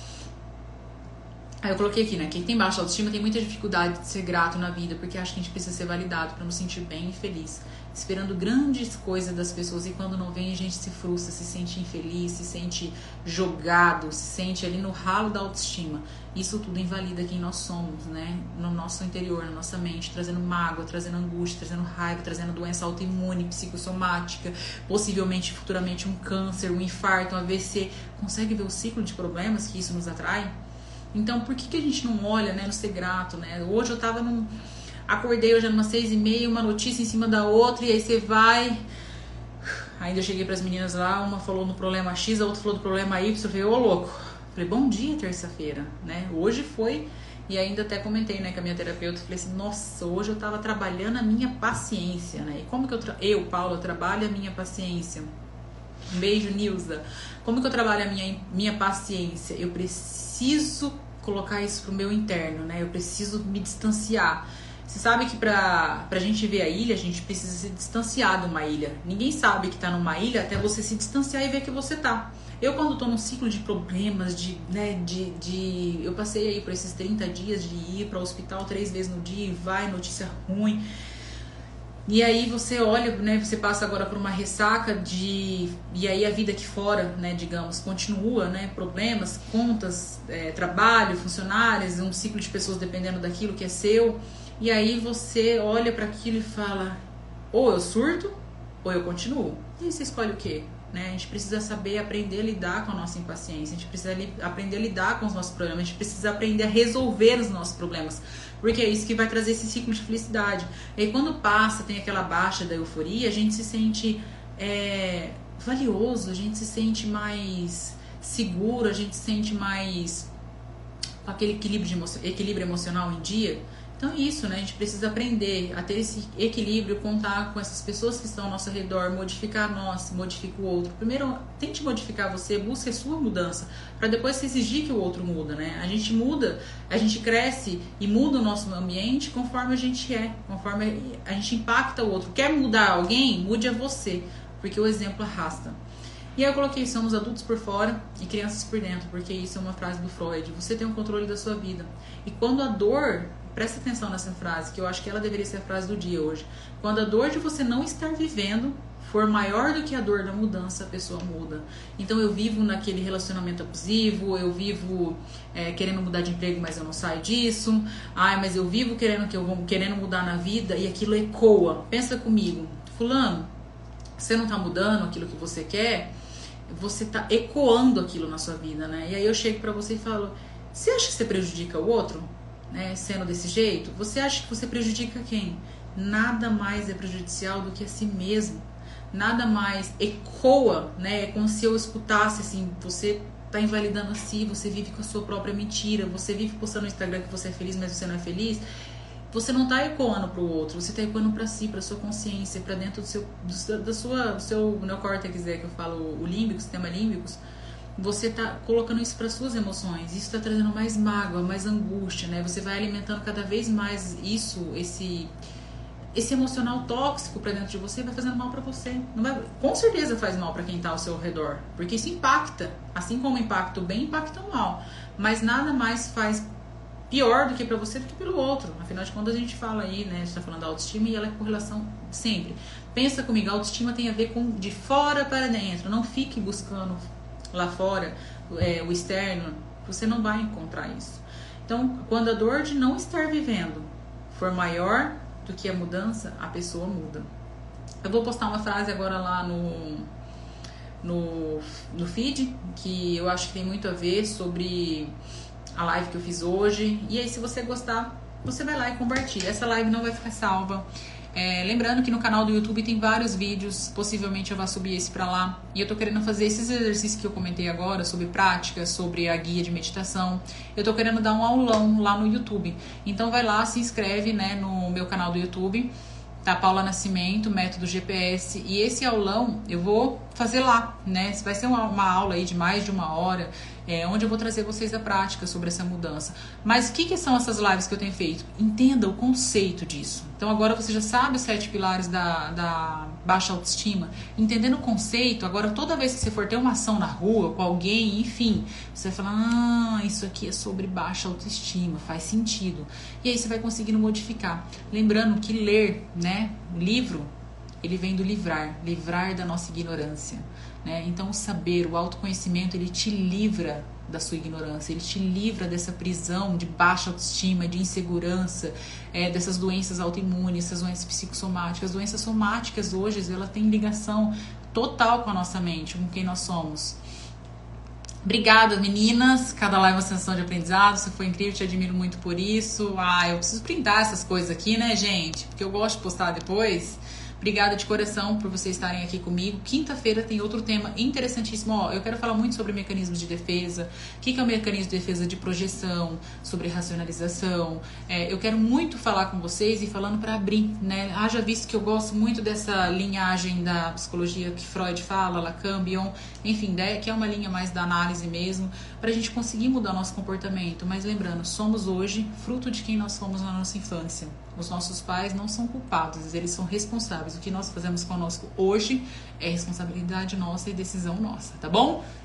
Aí eu coloquei aqui, né? Quem tem baixa autoestima tem muita dificuldade de ser grato na vida, porque acha que a gente precisa ser validado para nos sentir bem e feliz. Esperando grandes coisas das pessoas e quando não vem a gente se frustra, se sente infeliz, se sente jogado, se sente ali no ralo da autoestima. Isso tudo invalida quem nós somos, né? No nosso interior, na nossa mente, trazendo mágoa, trazendo angústia, trazendo raiva, trazendo doença autoimune, psicossomática, possivelmente futuramente um câncer, um infarto, um A V C. Consegue ver o ciclo de problemas que isso nos atrai? Então, por que, que a gente não olha, né, no ser grato, né? Hoje eu tava num... Acordei hoje umas seis e meia, uma notícia em cima da outra, e aí você vai... Ainda eu cheguei pras meninas lá, uma falou no problema X, a outra falou do problema Y, eu falei, ô louco. Falei, bom dia, terça-feira, né? Hoje foi, e ainda até comentei, né, com a minha terapeuta, falei assim, nossa, hoje eu tava trabalhando a minha paciência, né? E como que eu, tra... eu Paula, trabalho a minha paciência? Um beijo, Nilza. Como que eu trabalho a minha, minha paciência? Eu preciso colocar isso pro meu interno, né? Eu preciso me distanciar. Você sabe que pra, pra gente ver a ilha, a gente precisa se distanciar de uma ilha. Ninguém sabe que tá numa ilha até você se distanciar e ver que você tá. Eu, quando tô num ciclo de problemas, de, né, de, de... Eu passei aí por esses trinta dias de ir para o hospital três vezes no dia, e vai, notícia ruim. E aí você olha, né, você passa agora por uma ressaca de... E aí a vida aqui fora, né, digamos, continua, né, problemas, contas, é, trabalho, funcionários, um ciclo de pessoas dependendo daquilo que é seu. E aí você olha para aquilo e fala, ou eu surto, ou eu continuo. E aí você escolhe o quê? Né? A gente precisa saber aprender a lidar com a nossa impaciência, a gente precisa li- aprender a lidar com os nossos problemas, a gente precisa aprender a resolver os nossos problemas, porque é isso que vai trazer esse ciclo de felicidade. E aí quando passa, tem aquela baixa da euforia, a gente se sente é, valioso, a gente se sente mais seguro, a gente se sente mais com aquele equilíbrio, de emo- equilíbrio emocional em dia. Então é isso, né? A gente precisa aprender a ter esse equilíbrio, contar com essas pessoas que estão ao nosso redor, modificar nós, modifica o outro. Primeiro, tente modificar você, busque a sua mudança, para depois você exigir que o outro muda, né? A gente muda, a gente cresce e muda o nosso ambiente conforme a gente é, conforme a gente impacta o outro. Quer mudar alguém? Mude a você, porque o exemplo arrasta. E aí eu coloquei, somos adultos por fora e crianças por dentro, porque isso é uma frase do Freud. Você tem o controle da sua vida. E quando a dor... Presta atenção nessa frase, que eu acho que ela deveria ser a frase do dia hoje. Quando a dor de você não estar vivendo for maior do que a dor da mudança, a pessoa muda. Então eu vivo naquele relacionamento abusivo, eu vivo é, querendo mudar de emprego, mas eu não saio disso. Ai, mas eu vivo querendo que eu vou querendo mudar na vida e aquilo ecoa. Pensa comigo, fulano, você não tá mudando aquilo que você quer, você tá ecoando aquilo na sua vida, né? E aí eu chego pra você e falo, você acha que você prejudica o outro? Né, sendo desse jeito, você acha que você prejudica quem? Nada mais é prejudicial do que a si mesmo. Nada mais ecoa, né? É como se eu escutasse assim, você tá invalidando a si, você vive com a sua própria mentira, você vive postando no Instagram que você é feliz, mas você não é feliz. Você não tá ecoando pro outro, você tá ecoando pra si, pra sua consciência, pra dentro do seu, do, da sua, do seu neocórtex, é que eu falo, o límbico, o sistema límbico. Você tá colocando isso para suas emoções, isso tá trazendo mais mágoa, mais angústia, né? Você vai alimentando cada vez mais isso, esse esse emocional tóxico para dentro de você, vai fazendo mal para você. Não vai, com certeza faz mal para quem tá ao seu redor, porque isso impacta, assim como impacta o bem, impacta o mal. Mas nada mais faz pior do que para você do que pelo outro. Afinal de contas a gente fala aí, né? A gente tá falando da autoestima e ela é correlação sempre. Pensa comigo, a autoestima tem a ver com de fora para dentro. Não fique buscando lá fora, é, o externo, você não vai encontrar isso. Então, quando a dor de não estar vivendo for maior do que a mudança, a pessoa muda. Eu vou postar uma frase agora lá no, no, no feed, que eu acho que tem muito a ver sobre a live que eu fiz hoje. E aí, se você gostar, você vai lá e compartilha. Essa live não vai ficar salva. É, lembrando que no canal do YouTube tem vários vídeos, possivelmente eu vou subir esse pra lá. E eu tô querendo fazer esses exercícios que eu comentei agora, sobre prática, sobre a guia de meditação. Eu tô querendo dar um aulão lá no YouTube. Então vai lá, se inscreve, né, no meu canal do YouTube, tá? Paula Nascimento, Método G P S. E esse aulão eu vou fazer lá, né? Vai ser uma, uma aula aí de mais de uma hora, é, onde eu vou trazer vocês a prática sobre essa mudança. Mas o que, que são essas lives que eu tenho feito? Entenda o conceito disso. Então agora você já sabe os sete pilares da, da baixa autoestima. Entendendo o conceito, agora toda vez que você for ter uma ação na rua com alguém, enfim, você vai falar, ah, isso aqui é sobre baixa autoestima, faz sentido. E aí você vai conseguindo modificar. Lembrando que ler, né, o livro, ele vem do livrar, livrar da nossa ignorância, né? Então o saber, o autoconhecimento, ele te livra da sua ignorância, ele te livra dessa prisão de baixa autoestima, de insegurança, é, dessas doenças autoimunes, essas doenças psicossomáticas. As doenças somáticas hoje, ela tem ligação total com a nossa mente, com quem nós somos. Obrigada, meninas. Cada live é uma sensação de aprendizado. Você foi incrível, te admiro muito por isso. Ah, eu preciso printar essas coisas aqui, né, gente? Porque eu gosto de postar depois. Obrigada de coração por vocês estarem aqui comigo. Quinta-feira tem outro tema interessantíssimo. Ó, eu quero falar muito sobre mecanismos de defesa. O que é o mecanismo de defesa de projeção? Sobre racionalização. É, eu quero muito falar com vocês e falando para abrir, né? Haja visto que eu gosto muito dessa linhagem da psicologia que Freud fala, Lacan, Bion, enfim, né? Que é uma linha mais da análise mesmo, para a gente conseguir mudar o nosso comportamento. Mas lembrando, somos hoje fruto de quem nós fomos na nossa infância. Os nossos pais não são culpados, eles são responsáveis. O que nós fazemos conosco hoje é responsabilidade nossa e decisão nossa, tá bom?